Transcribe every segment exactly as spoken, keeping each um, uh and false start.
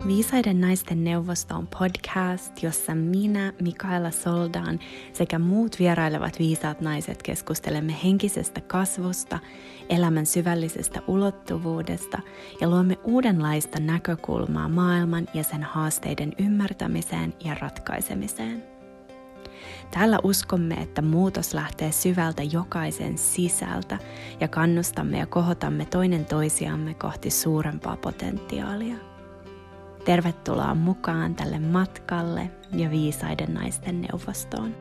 Viisaiden naisten neuvosto on podcast, jossa minä, Mikaela Soldaan sekä muut vierailevat viisaat naiset keskustelemme henkisestä kasvusta, elämän syvällisestä ulottuvuudesta ja luomme uudenlaista näkökulmaa maailman ja sen haasteiden ymmärtämiseen ja ratkaisemiseen. Täällä uskomme, että muutos lähtee syvältä jokaisen sisältä ja kannustamme ja kohotamme toinen toisiamme kohti suurempaa potentiaalia. Tervetuloa mukaan tälle matkalle ja viisaiden naisten neuvostoon.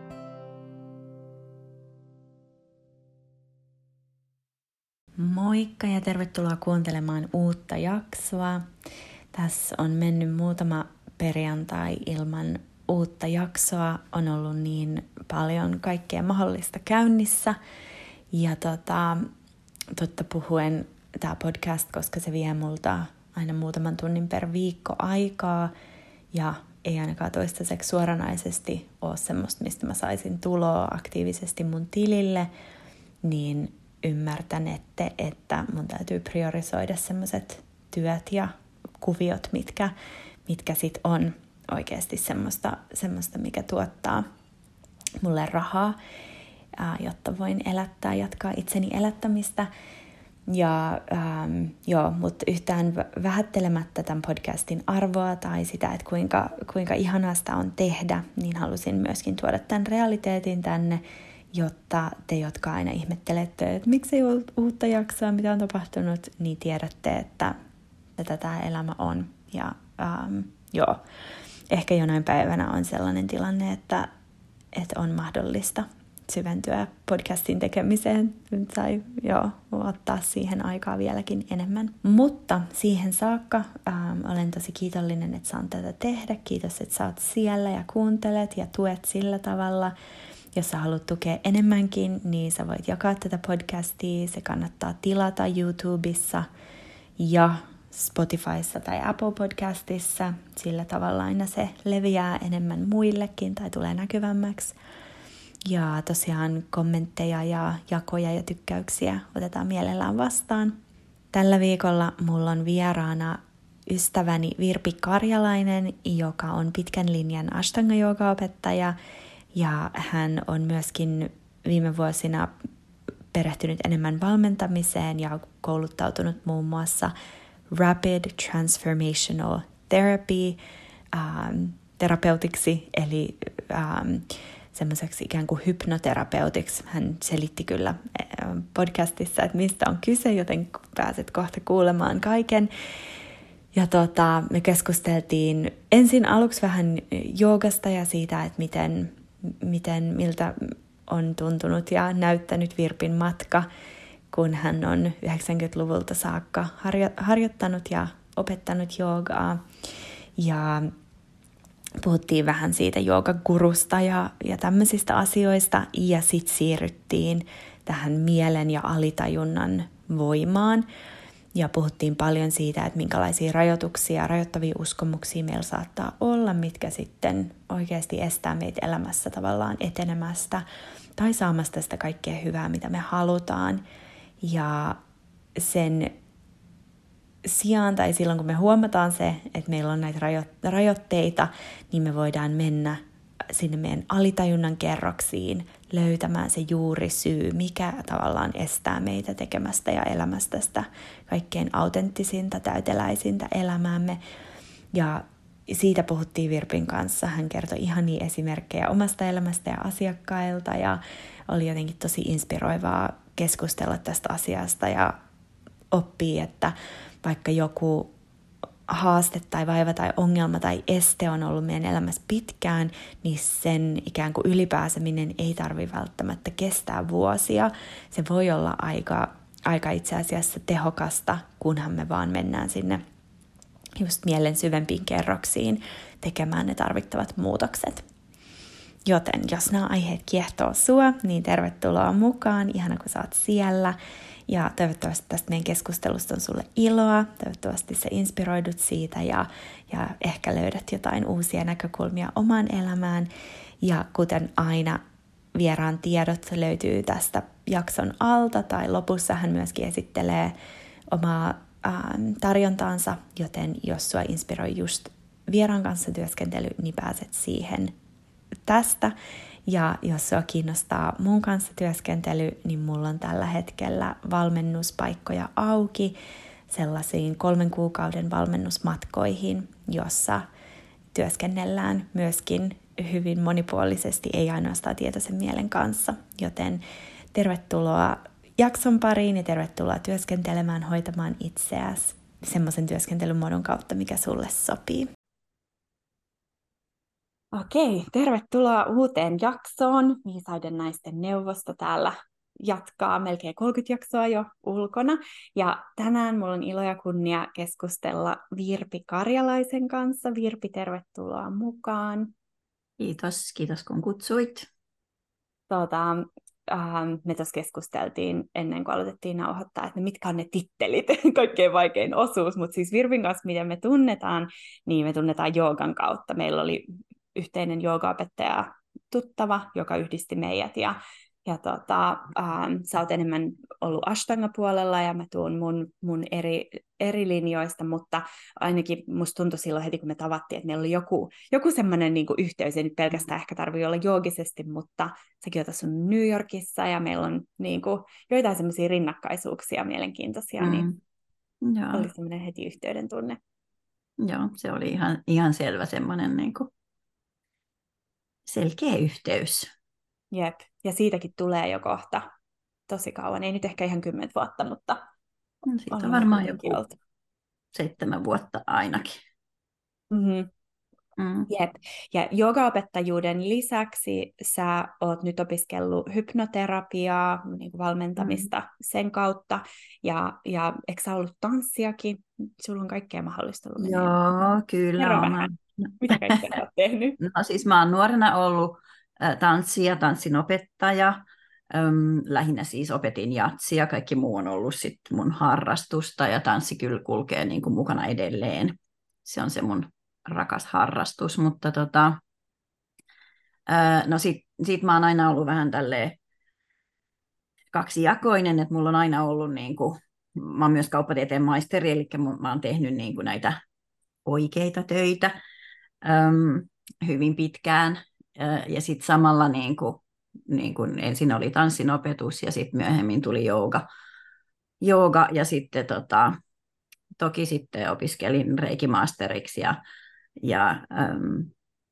Moikka ja tervetuloa kuuntelemaan uutta jaksoa. Tässä on mennyt muutama perjantai ilman uutta jaksoa. On ollut niin paljon kaikkea mahdollista käynnissä. Ja tota, totta puhuen tämä podcast, koska se vie multa aina muutaman tunnin per viikko aikaa ja ei ainakaan toistaiseksi suoranaisesti ole semmoista, mistä mä saisin tuloa aktiivisesti mun tilille, niin ymmärtänette, että mun täytyy priorisoida semmoiset työt ja kuviot, mitkä, mitkä sit on oikeasti semmoista, semmoista, mikä tuottaa mulle rahaa, ää, jotta voin elättää, jatkaa itseni elättämistä. Ja ähm, joo, mutta yhtään vähättelemättä tämän podcastin arvoa tai sitä, että kuinka, kuinka ihanaa sitä on tehdä, niin halusin myöskin tuoda tämän realiteetin tänne, jotta te, jotka aina ihmettelette, että miksi ei ole uutta jaksoa, mitä on tapahtunut, niin tiedätte, että tätä tämä elämä on. Ja ähm, joo, ehkä jonain päivänä on sellainen tilanne, että, että on mahdollista syventyä podcastin tekemiseen tai joo, ottaa siihen aikaa vieläkin enemmän. Mutta siihen saakka ähm, olen tosi kiitollinen, että saan tätä tehdä. Kiitos, että sä oot siellä ja kuuntelet ja tuet sillä tavalla. Jos sä haluat tukea enemmänkin, niin sä voit jakaa tätä podcastia. Se kannattaa tilata YouTubessa ja Spotifyssa tai Apple Podcastissa. Sillä tavalla aina se leviää enemmän muillekin tai tulee näkyvämmäksi. Ja tosiaan kommentteja ja jakoja ja tykkäyksiä otetaan mielellään vastaan. Tällä viikolla mulla on vieraana ystäväni Virpi Karjalainen, joka on pitkän linjan Ashtanga-joogaopettaja. Ja hän on myöskin viime vuosina perehtynyt enemmän valmentamiseen ja kouluttautunut muun muassa Rapid Transformational Therapy ähm, terapeutiksi, eli ähm, semmoiseksi ikään kuin hypnoterapeutiksi. Hän selitti kyllä podcastissa, että mistä on kyse, joten pääset kohta kuulemaan kaiken. Ja tota, me keskusteltiin ensin aluksi vähän joogasta ja siitä, että miten, miten, miltä on tuntunut ja näyttänyt Virpin matka, kun hän on yhdeksänkymmentäluvulta saakka harjo- harjoittanut ja opettanut joogaa. Ja puhuttiin vähän siitä joogagurusta ja, ja tämmöisistä asioista ja sitten siirryttiin tähän mielen ja alitajunnan voimaan. Ja puhuttiin paljon siitä, että minkälaisia rajoituksia, rajoittavia uskomuksia meillä saattaa olla, mitkä sitten oikeasti estää meitä elämässä tavallaan etenemästä tai saamasta sitä kaikkea hyvää, mitä me halutaan. Ja sen sijaan tai silloin, kun me huomataan se, että meillä on näitä rajo- rajoitteita, niin me voidaan mennä sinne meidän alitajunnan kerroksiin löytämään se juurisyy, mikä tavallaan estää meitä tekemästä ja elämästä sitä kaikkein autenttisinta, täyteläisintä elämäämme. Ja siitä puhuttiin Virpin kanssa. Hän kertoi ihania esimerkkejä omasta elämästä ja asiakkailta ja oli jotenkin tosi inspiroivaa keskustella tästä asiasta ja oppii, että vaikka joku haaste tai vaiva tai ongelma tai este on ollut meidän elämässä pitkään, niin sen ikään kuin ylipääseminen ei tarvitse välttämättä kestää vuosia. Se voi olla aika, aika itse asiassa tehokasta, kunhan me vaan mennään sinne just mielen syvempiin kerroksiin tekemään ne tarvittavat muutokset. Joten jos nämä aiheet kiehtoo sua, niin tervetuloa mukaan. Ihana, kun sä oot siellä. Ja toivottavasti tästä meidän keskustelusta on sulle iloa. Toivottavasti sä inspiroidut siitä ja, ja ehkä löydät jotain uusia näkökulmia omaan elämään. Ja kuten aina, vieraan tiedot löytyy tästä jakson alta tai lopussa hän myöskin esittelee omaa ähm, tarjontaansa. Joten jos sua inspiroi just vieraan kanssa työskentely, niin pääset siihen tästä. Ja jos sua kiinnostaa mun kanssa työskentely, niin mulla on tällä hetkellä valmennuspaikkoja auki sellaisiin kolmen kuukauden valmennusmatkoihin, jossa työskennellään myöskin hyvin monipuolisesti, ei ainoastaan tietoisen mielen kanssa. Joten tervetuloa jakson pariin ja tervetuloa työskentelemään, hoitamaan itseäsi semmoisen työskentelymuodon kautta, mikä sulle sopii. Okei, tervetuloa uuteen jaksoon. Viisaiden naisten neuvosto täällä jatkaa melkein kolmekymmentä jaksoa jo ulkona. Ja tänään mulla on ilo ja kunnia keskustella Virpi Karjalaisen kanssa. Virpi, tervetuloa mukaan. Kiitos, kiitos kun kutsuit. Tuota, äh, me tuossa keskusteltiin ennen kuin aloitettiin nauhoittaa, että mitkä on ne tittelit, kaikkein vaikein osuus. Mutta siis Virpin kanssa, miten me tunnetaan, niin me tunnetaan joogan kautta. Meillä oli yhteinen joogaopettaja tuttava, joka yhdisti meidät. Ja, ja tota, ähm, sä oot enemmän ollut Ashtanga-puolella ja mä tuun mun, mun eri, eri linjoista, mutta ainakin musta tuntui silloin heti, kun me tavattiin, että meillä oli joku, joku semmoinen niin kuin yhteys, ei nyt pelkästään ehkä tarvitse olla joogisesti, mutta säkin oot asunut New Yorkissa ja meillä on niin kuin, joitain semmoisia rinnakkaisuuksia mielenkiintoisia, mm. niin Joo. oli semmoinen heti yhteyden tunne. Joo, se oli ihan, ihan selvä semmoinen niin kuin selkeä yhteys. Jep, ja siitäkin tulee jo kohta tosi kauan, ei nyt ehkä ihan kymmentä vuotta, mutta no, siitä on varmaan joku oltu. seitsemän vuotta ainakin. Mm-hmm. Mm. Jep. Ja joogaopettajuuden lisäksi sä oot nyt opiskellut hypnoterapiaa, niin kuin valmentamista mm. sen kautta, ja, ja eikö sä ollut tanssiakin? Sulla on kaikkea mahdollista ollut. Joo, kyllä. Kerro vähän, mitä kaikkea sä oot tehnyt? No siis mä oon nuorena ollut tanssija, tanssinopettaja. Öm, lähinnä siis opetin jatsia, kaikki muu on ollut sit mun harrastusta ja tanssi kyllä kulkee niin kuin mukana edelleen. Se on se mun rakas harrastus, mutta tota, ää, no sit, sit mä oon aina ollut vähän tälleen kaksijakoinen, että mulla on aina ollut niin kuin, mä oon myös kauppatieteen maisteri, eli mä oon tehnyt niin kuin näitä oikeita töitä äm, hyvin pitkään ää, ja sitten samalla niin kuin, niin kuin ensin oli tanssin opetus ja sitten myöhemmin tuli jooga, jooga ja sitten tota, toki sitten opiskelin reikimasteriksi ja, ja äm,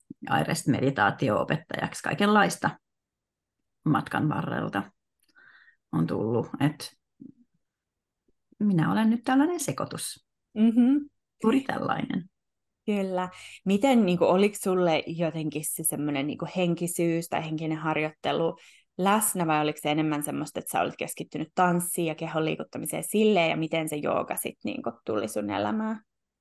Airest-meditaatio-opettajaksi kaikenlaista matkan varrelta on tullut. Et minä olen nyt tällainen sekoitus. Mm-hmm. Juuri tällainen. Kyllä. Miten, niin kuin, oliko sulle jotenkin se semmoinen niin kuin henkisyys tai henkinen harjoittelu läsnä, vai oliko se enemmän semmoista, että sä olit keskittynyt tanssiin ja kehon liikuttamiseen silleen, ja miten se jooga sitten niin kuin tuli sun elämään?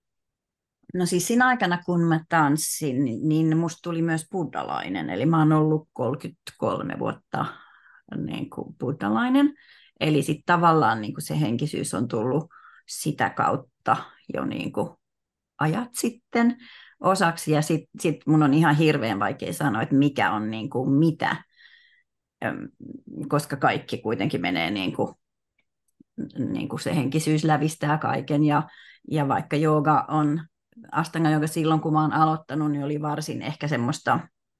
No siis siinä aikana, kun mä tanssin, niin musta tuli myös buddhalainen. Eli mä oon ollut kolmekymmentäkolme vuotta niin kuin buddhalainen. Eli sitten tavallaan niin kuin se henkisyys on tullut sitä kautta jo niin kuin ajat sitten osaksi. Ja sitten sit mun on ihan hirveän vaikea sanoa, että mikä on niin kuin mitä, koska kaikki kuitenkin menee niin kuin, niin kuin se henkisyys lävistää kaiken. Ja, ja vaikka jooga on Ashtanga jooga silloin, kun mä oon aloittanut, niin oli varsin ehkä semmoista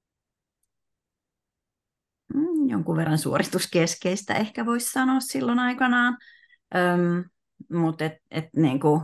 mm, jonkun verran suorituskeskeistä, ehkä voisi sanoa silloin aikanaan. Öm, mutta et, et, niin kuin,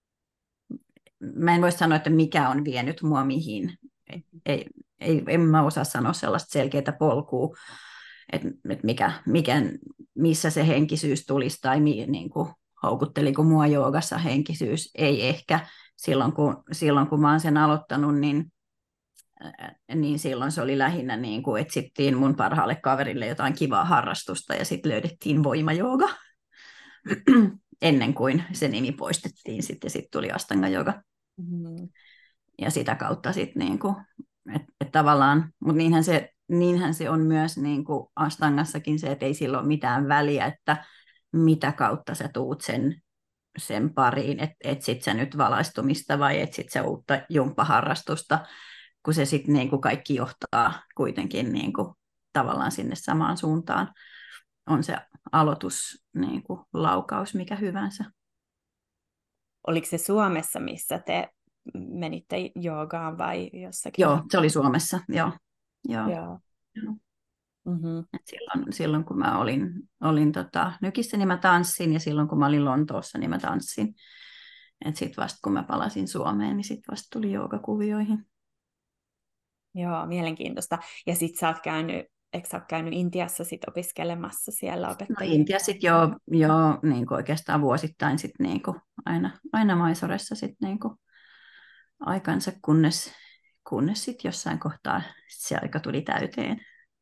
mä en voi sanoa, että mikä on vienyt mua mihin. Ei, ei, en mä osaa sanoa sellaista selkeää polkua, että et mikä, mikä, missä se henkisyys tulisi tai mi, niin kuin, houkutteliko mua joogassa henkisyys. Ei ehkä. Silloin kun, silloin kun mä oon sen aloittanut, niin, niin silloin se oli lähinnä niin kuin etsittiin mun parhaalle kaverille jotain kivaa harrastusta ja sitten löydettiin voimajooga ennen kuin se nimi poistettiin sitten sit tuli Ashtanga jooga. Mm-hmm. Ja sitä kautta sitten niin kuin, että et tavallaan, mutta niinhän se, niinhän se on myös niin kuin Ashtangassakin se, että ei sillä ole mitään väliä, että mitä kautta sä tuut sen sen pariin, että etsit sä nyt valaistumista vai etsit sä uutta jumppaharrastusta, kun se sitten niinku kaikki johtaa kuitenkin niinku tavallaan sinne samaan suuntaan. On se aloitus, niinku, laukaus, mikä hyvänsä. Oliko se Suomessa, missä te menitte joogaan vai jossakin? Joo, se oli Suomessa, joo. Joo. Joo. Joo. Mm-hmm. Et silloin, silloin kun mä olin, olin tota, Nykissä, niin mä tanssin, ja silloin kun mä olin Lontoossa, niin mä tanssin. Sitten vasta kun mä palasin Suomeen, niin sitten vasta tuli joogakuvioihin. Joo, mielenkiintoista. Ja sit sä oot käynyt, eikö sä oot käynyt Intiassa sit opiskelemassa siellä No opettajien Intia sitten jo, jo niin kuin oikeastaan vuosittain sit niin kuin aina, aina Maisoressa sit niin kuin aikansa, kunnes, kunnes sitten jossain kohtaa se aika tuli täyteen.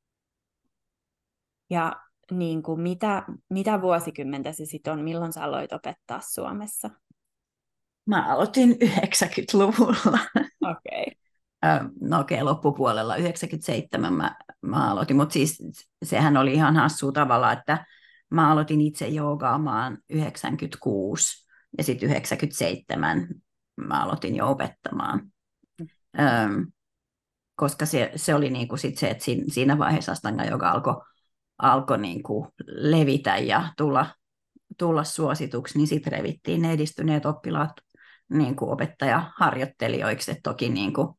Ja niin kuin mitä, mitä vuosikymmentä se sitten on? Milloin sä aloit opettaa Suomessa? Mä aloitin yhdeksänkymmentäluvulla. Okei. Okay. No okei, okay, loppupuolella yhdeksänkymmentäseitsemän mä, mä aloitin, mutta siis sehän oli ihan hassua tavalla, että mä aloitin itse joogaamaan yhdeksänkymmentäkuusi ja sitten yhdeksänkymmentäseitsemän mä aloitin jo opettamaan. Mm. Öm, koska se, se oli niinku sit se, että siinä vaiheessa Astanga Yoga alkoi alko niinku levitä ja tulla, tulla suosituksi, niin sitten revittiin ne edistyneet oppilaat niinku opettajaharjoittelijoiksi, että toki niinku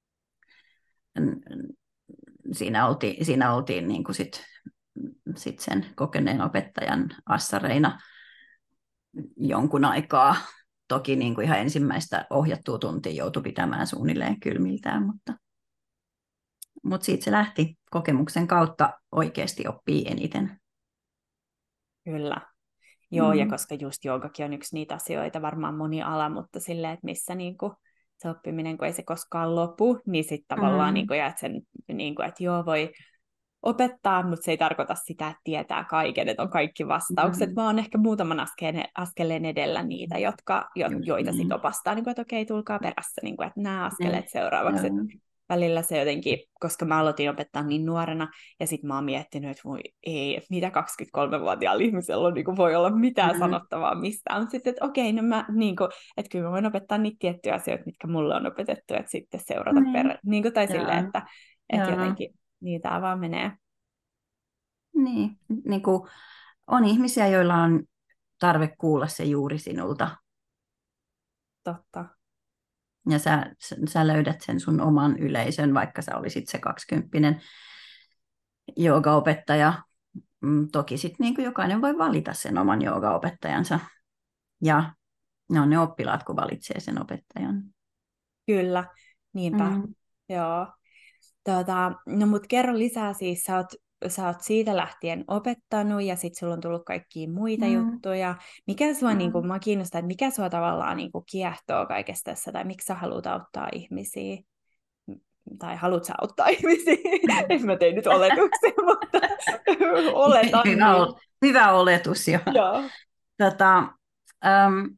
siinä oltiin, siinä oltiin niin kuin sit, sit sen kokeneen opettajan assareina jonkun aikaa. Toki niin kuin ihan ensimmäistä ohjattua tuntia joutui pitämään suunnilleen kylmiltään, mutta, mutta siitä se lähti. Kokemuksen kautta oikeasti oppii eniten. Kyllä. Joo, mm. ja koska just joogakin on yksi niitä asioita, varmaan moni ala, mutta silleen, että missä niinku se oppiminen, kun ei se koskaan lopu, niin sitten tavallaan, Mm. niinku, ja että, sen, niinku, että joo, voi opettaa, mutta se ei tarkoita sitä, että tietää kaiken, että on kaikki vastaukset, mm. vaan ehkä muutaman askeleen, askeleen edellä niitä, jotka, jo, joita niin. sitten opastaa, niin kuin, että okei, tulkaa perässä, niin kuin, että nämä askeleet seuraavaksi. Mm. Välillä se jotenkin, koska mä aloitin opettaa niin nuorena, ja sitten mä oon miettinyt, että voi ei, että mitä kaksikymmentäkolmevuotiaalla ihmisellä on, niin kuin voi olla mitään mm-hmm. sanottavaa mistään. Mutta sitten, että okei, no mä, niin kuin, että kyllä mä voin opettaa niitä tiettyjä asioita, mitkä mulle on opetettu, että sitten seurata mm-hmm. perä. Niin kuin, tai silleen, että, että jotenkin niitä vaan menee. Niin, niin kuin on ihmisiä, joilla on tarve kuulla se juuri sinulta. Totta. Ja sä, sä löydät sen sun oman yleisön, vaikka sä olisit se kaksikymppinen joogaopettaja. Toki sitten niin kuin jokainen voi valita sen oman joogaopettajansa. Ja ne on ne oppilaat, kun valitsee sen opettajan. Kyllä, niinpä. Mm. Joo. Tota, no mut kerro lisää siis, sä oot, sä oot siitä lähtien opettanut ja sitten sulla on tullut kaikkia muita mm. juttuja. Mikä sua, mm. niin kun, mä kiinnostaa, että mikä sua tavallaan niin kun kiehtoo kaikessa tässä, tai miksi sä haluat auttaa ihmisiä? Tai haluat sä auttaa ihmisiä? En mä tein nyt oletuksia, mutta oletan. Hyvä, niin. Hyvä oletus jo. Joo. Tota, um,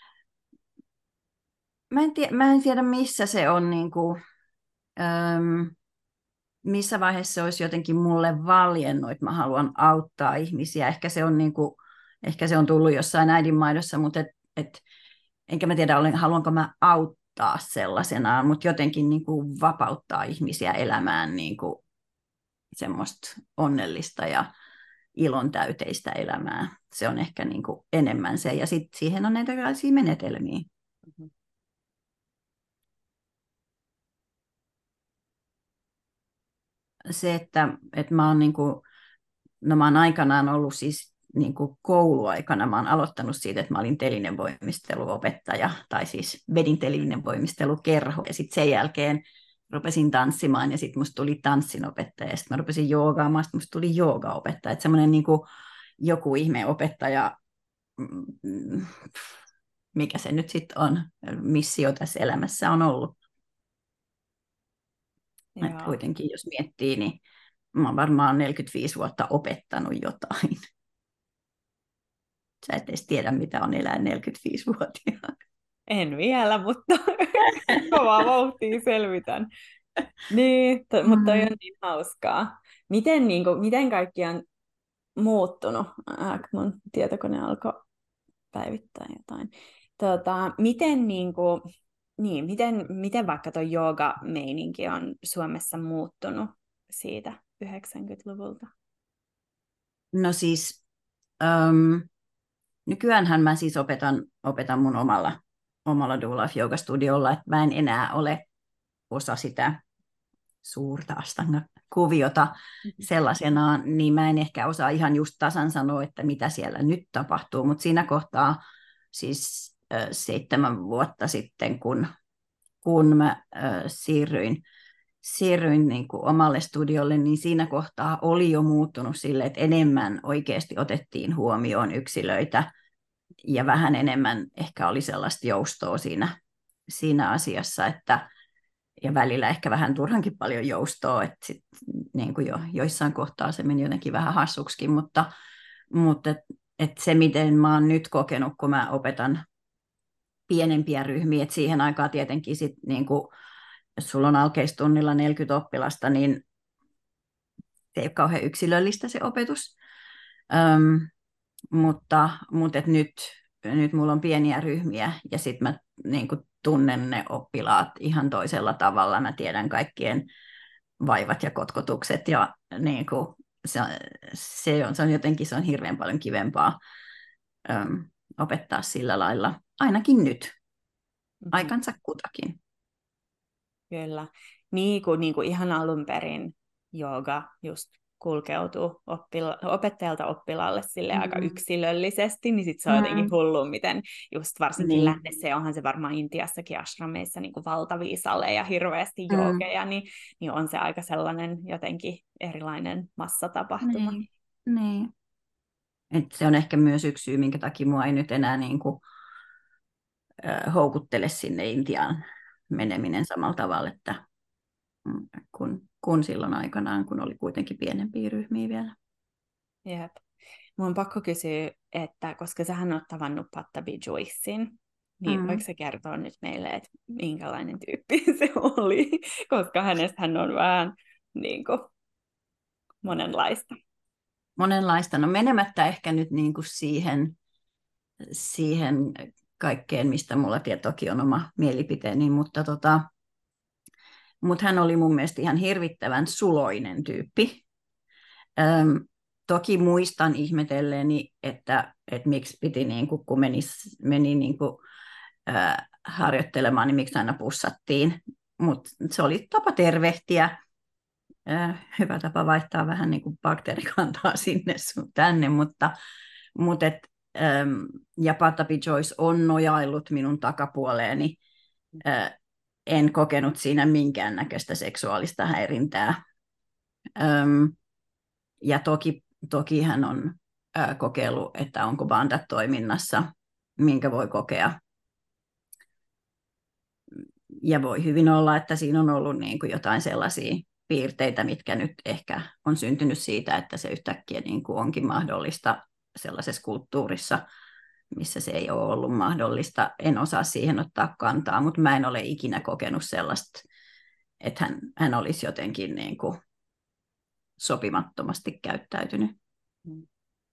mä, en tiedä, mä en tiedä, missä se on, niin kuin, um, missä vaiheessa se olisi jotenkin mulle valjennut, että mä haluan auttaa ihmisiä. Ehkä se on, niin kuin, ehkä se on tullut jossain äidinmaidossa, mutta et, et, enkä mä tiedä, haluanko mä auttaa sellaisenaan, mutta jotenkin niin kuin vapauttaa ihmisiä elämään niin kuin semmoista onnellista ja ilon täyteistä elämää. Se on ehkä niin kuin enemmän se, ja sitten siihen on erilaisia menetelmiä. Mm-hmm. Se, että, että mä oon niin kuin, no mä oon aikanaan ollut siis niin kuin kouluaikana, mä oon aloittanut siitä, että mä olin telinevoimisteluopettaja, tai siis vedin telinevoimistelukerho, ja sitten sen jälkeen rupesin tanssimaan, ja sitten musta tuli tanssinopettaja, ja sitten mä rupesin joogaamaan, sitten musta tuli joogaopettaja, että semmoinen niin kuin joku ihme opettaja, mikä se nyt sitten on, missio tässä elämässä on ollut. Että kuitenkin, jos miettii, niin mä oon varmaan neljäkymmentäviisi vuotta opettanut jotain. Sä et edes tiedä, mitä on elää neljäkymmentäviisivuotiaana. En vielä, mutta kovaa vauhtia selvitän. Niin, to, mutta toi on niin hauskaa. Miten, niin kuin, miten kaikki on muuttunut? Äh, mun tietokone alkoi päivittää jotain. Tota, miten, niin kuin, niin, miten, miten vaikka tuo jooga-meininki on Suomessa muuttunut siitä yhdeksänkymmentäluvulta? No siis, um, nykyäänhän mä siis opetan, opetan mun omalla omalla Do Life Yoga-studiolla, että mä en enää ole osa sitä suurta Astanga-kuviota sellaisenaan, niin mä en ehkä osaa ihan just tasan sanoa, että mitä siellä nyt tapahtuu, mutta siinä kohtaa siis äh, seitsemän vuotta sitten, kun, kun mä äh, siirryin, siirryin niin kuin omalle studiolle, niin siinä kohtaa oli jo muuttunut sille, että enemmän oikeasti otettiin huomioon yksilöitä ja vähän enemmän ehkä oli sellaista joustoa siinä, siinä asiassa, että ja välillä ehkä vähän turhankin paljon joustoa, että sit, niin kuin jo, joissain kohtaa se meni jotenkin vähän hassuksikin, mutta, mutta et, et se, miten mä oon nyt kokenut, kun mä opetan pienempiä ryhmiä, että siihen aikaan tietenkin sit, niin kuin, jos sulla on alkeistunnilla neljäkymmentä oppilasta, niin se ei ole kauhean yksilöllistä se opetus, Öm, mutta, mutta et nyt, nyt mulla on pieniä ryhmiä ja sitten mä niin kuin tunnen ne oppilaat ihan toisella tavalla. Mä tiedän kaikkien vaivat ja kotkotukset ja niin kuin se, se, on, se on jotenkin se on hirveän paljon kivempaa öm, opettaa sillä lailla, ainakin nyt, aikansa kutakin. Kyllä. Niin kuin, niin kuin ihan alun perin jooga just kulkeutuu oppila- opettajalta oppilaalle sille mm. aika yksilöllisesti, niin sitten se on mm. jotenkin hullu, miten just varsinkin niin. lännessä, ja onhan se varmaan Intiassakin ashrameissa niin kuin valtavia saleja, hirveästi mm. joogeja, niin, niin on se aika sellainen jotenkin erilainen massatapahtuma. Niin, niin. Et se on ehkä myös yksi syy, minkä takia mua ei nyt enää niin kuin, äh, houkuttele sinne Intiaan meneminen samalla tavalla, että kun, kun silloin aikanaan, kun oli kuitenkin pienempiä ryhmiä vielä. Jep. Mun on pakko kysyä, että koska sähän oot tavannut Pattabhi Joycein, niin mm. voiko sä kertoa nyt meille, että minkälainen tyyppi se oli, koska hänestähän on vähän niin kuin, monenlaista. Monenlaista. No menemättä ehkä nyt niin kuin siihen, siihen kaikkeen, mistä mulla toki on oma mielipiteeni, mutta tota, mut hän oli mun mielestä ihan hirvittävän suloinen tyyppi. Öm, toki muistan ihmetelleeni, että, että miksi piti, niin kuin, kun meni, meni niin kuin, äh, harjoittelemaan, niin miksi aina pussattiin. Mutta se oli tapa tervehtiä. Äh, hyvä tapa vaihtaa vähän niin kuin bakteerikantaa sinne sun tänne, mutta, mutta et, ähm, ja Pattabhi Joyce on nojaillut minun takapuoleeni. Äh, en kokenut siinä minkäännäköistä seksuaalista häirintää. Ähm, ja toki, toki hän on äh, kokeillut, että onko bandat toiminnassa, minkä voi kokea. Ja voi hyvin olla, että siinä on ollut niin kuin jotain sellaisia piirteitä, mitkä nyt ehkä on syntynyt siitä, että se yhtäkkiä niin kuin onkin mahdollista sellaisessa kulttuurissa, missä se ei ole ollut mahdollista. En osaa siihen ottaa kantaa, mutta mä en ole ikinä kokenut sellaista, että hän, hän olisi jotenkin niin kuin sopimattomasti käyttäytynyt. Mm.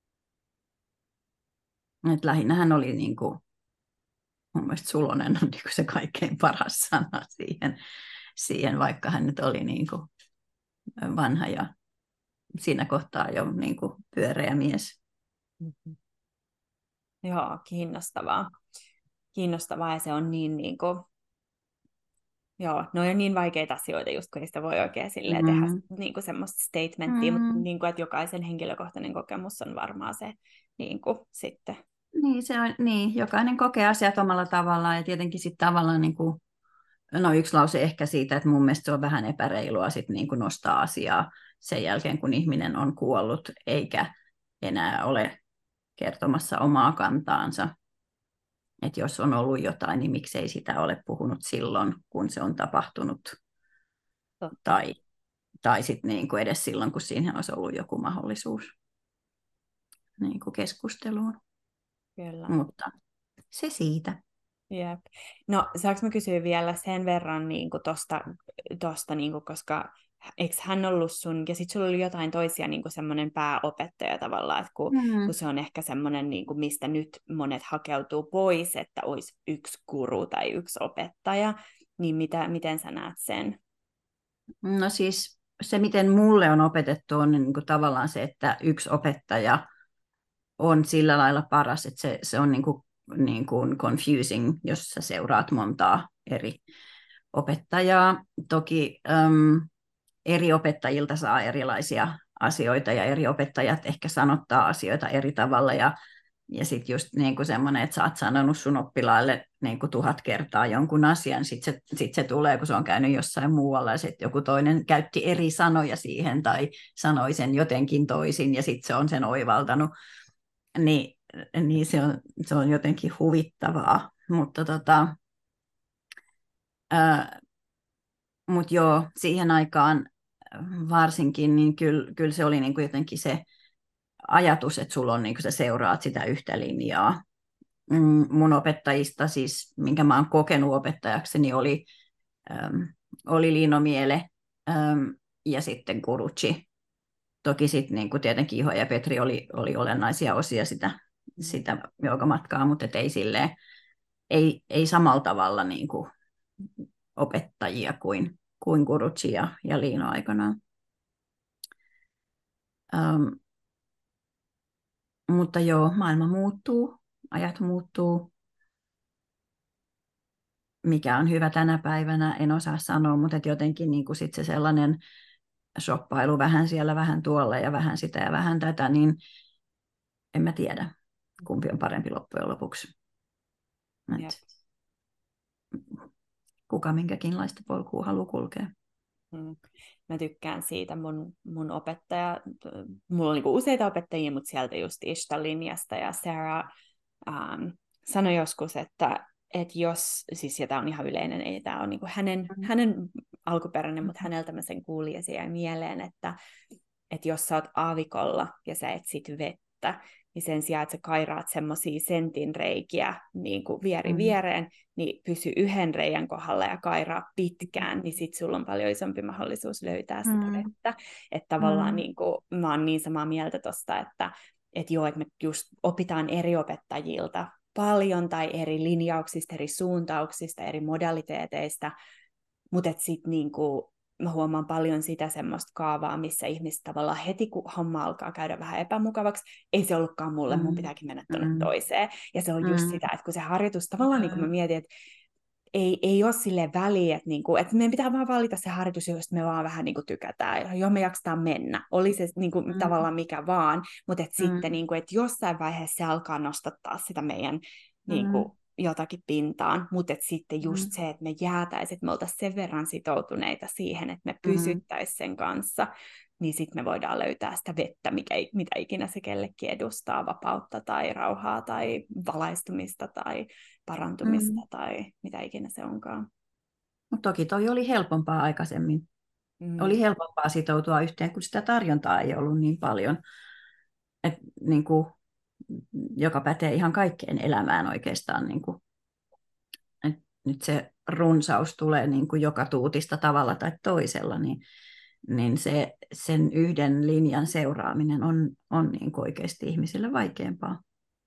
Et lähinnä hän oli niin kuin, mun mielestä sulonen on niin kuin se kaikkein paras sana siihen, siihen, vaikka hän nyt oli niin kuin vanha ja siinä kohtaa jo niin kuin pyöreä mies. Mm-hmm. Joo, kiinnostavaa. Kiinnostavaa ja se on niin, niin kuin, joo, ne on niin vaikeita asioita, just kun ei sitä voi oikein silleen mm. tehdä niin kuin semmoista statementtia, mm. mutta niin kuin, että jokaisen henkilökohtainen kokemus on varmaan se niin kuin, sitten. Niin, se on, niin, jokainen kokee asiat omalla tavallaan ja tietenkin sitten tavallaan niin kuin, no yksi lause ehkä siitä, että mun mielestä se on vähän epäreilua sit niin kuin nostaa asiaa sen jälkeen, kun ihminen on kuollut, eikä enää ole kertomassa omaa kantaansa. Että jos on ollut jotain, niin miksei sitä ole puhunut silloin, kun se on tapahtunut. Totta. Tai, tai sitten niin kuin edes silloin, kun siinä olisi ollut joku mahdollisuus niin kuin keskusteluun. Kyllä. Mutta se siitä. Jep. No, saanko mä kysyä vielä sen verran niin kuin tosta, tosta niin kuin, koska eikö hän ollut sun, ja sitten sulla oli jotain toisia niin kuin semmoinen pääopettaja tavallaan, että kun, mm. kun se on ehkä semmoinen, niin kuin, mistä nyt monet hakeutuu pois, että olisi yksi guru tai yksi opettaja, niin mitä, miten sä näet sen? No siis se, miten mulle on opetettu, on niin kuin tavallaan se, että yksi opettaja on sillä lailla paras, että se, se on niin kuin niin kuin confusing, jos sä seuraat montaa eri opettajaa. Toki äm, eri opettajilta saa erilaisia asioita ja eri opettajat ehkä sanottaa asioita eri tavalla ja ja sitten just niin kuin semmoinen, että sä oot sanonut sun oppilaalle niin kuin tuhat kertaa jonkun asian, sitten se, sit se tulee, kun se on käynyt jossain muualla, ja sitten joku toinen käytti eri sanoja siihen, tai sanoi sen jotenkin toisin, ja sitten se on sen oivaltanut. Ni, niin se on, se on jotenkin huvittavaa. Mutta tota, ää, mut joo, siihen aikaan varsinkin, niin kyllä, kyllä se oli niin kuin jotenkin se ajatus, että sulla on niin kuin sä seuraat sitä yhtä linjaa. Mun opettajista, siis minkä mä oon kokenut opettajakseni, oli, äm, oli Liino Miele äm, ja sitten Gurucci. Toki sitten niin tietenkin Iho ja Petri oli, oli olennaisia osia sitä, sitä joogamatkaa, mutta et ei, silleen, ei, ei samalla tavalla niin kuin opettajia kuin, kuin Gurucci ja, ja Liino aikanaan. Ähm, mutta joo, maailma muuttuu, ajat muuttuu. Mikä on hyvä tänä päivänä, en osaa sanoa, mutta jotenkin niin kuin sit se sellainen shoppailu vähän siellä, vähän tuolla ja vähän sitä ja vähän tätä, niin en mä tiedä, kumpi on parempi loppujen lopuksi. Et kuka minkäkinlaista polkua haluaa kulkea. Mm. Mä tykkään siitä mun, mun opettaja, mulla on niinku useita opettajia, mutta sieltä just Ishta-linjasta ja Sarah ähm, sanoi joskus, että et jos, siis ja tämä on ihan yleinen, ei tämä ole niinku hänen, mm. hänen alkuperäinen, mutta häneltä mä sen kuulin ja se jäi mieleen, että et jos sä oot aavikolla ja sä et sit vettä, niin sen sijaan, että sä kairaat semmosia sentin reikiä niin kuin vieri mm. viereen, niin pysy yhden reijän kohdalla ja kairaa pitkään, niin sit sulla on paljon isompi mahdollisuus löytää sitä mm. vettä. Että tavallaan mm. niin kuin, mä oon niin samaa mieltä tosta, että et joo, että me just opitaan eri opettajilta paljon tai eri linjauksista, eri suuntauksista, eri modaliteeteista, mutta sitten niinku, mä huomaan paljon sitä semmoista kaavaa, missä ihmiset tavallaan heti, kun homma alkaa käydä vähän epämukavaksi, ei se ollutkaan mulle, mm. mun pitääkin mennä tuonne mm. toiseen. Ja se on mm. just sitä, että kun se harjoitus, tavallaan mm. niin kuin mä mietin, että ei, ei ole silleen väliä, että, niinku, että meidän pitää vaan valita se harjoitus, josta me vaan vähän niinku tykätään, johon me jaksetaan mennä. Oli se niinku, mm. tavallaan mikä vaan, mutta et mm. sitten, niinku, että jossain vaiheessa se alkaa nostattaa sitä meidän mm. niinku, jotakin pintaan, mutta sitten just mm. se, että me jäätäisiin, että me oltaisiin sen verran sitoutuneita siihen, että me pysyttäisiin sen kanssa, niin sitten me voidaan löytää sitä vettä, mikä, mitä ikinä se kellekin edustaa, vapautta tai rauhaa tai valaistumista tai parantumista mm. tai mitä ikinä se onkaan. Mutta toki toi oli helpompaa aikaisemmin. Mm. Oli helpompaa sitoutua yhteen, kun sitä tarjontaa ei ollut niin paljon. Et, niin kuin, joka pätee ihan kaikkeen elämään oikeastaan. Niin kuin, et nyt se runsaus tulee niin kuin joka tuutista tavalla tai toisella, niin, niin se, sen yhden linjan seuraaminen on, on niin kuin oikeasti ihmisille vaikeampaa.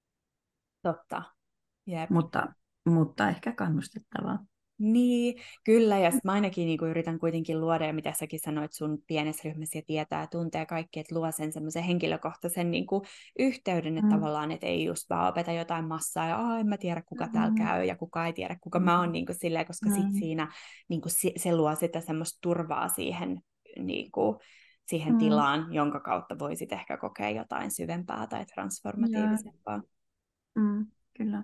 Totta. Jep. Mutta, mutta ehkä kannustettavaa. Niin, kyllä, ja mä ainakin niin kuin yritän kuitenkin luoda, ja mitä säkin sanoit sun pienessä ryhmässä ja tietää ja tuntee kaikki, että luo sen semmoisen henkilökohtaisen niin kuin yhteyden, että mm. tavallaan, että ei just vaan opeta jotain massaa, ja Aa, en mä tiedä, kuka mm. täällä käy, ja kuka ei tiedä, kuka mm. mä oon, niin kuin silleen, koska mm. sit siinä niin kuin se, se luo sitä semmoista turvaa siihen, niin kuin, siihen mm. tilaan, jonka kautta voisit ehkä kokea jotain syvempää tai transformatiivisempaa. Mm, kyllä.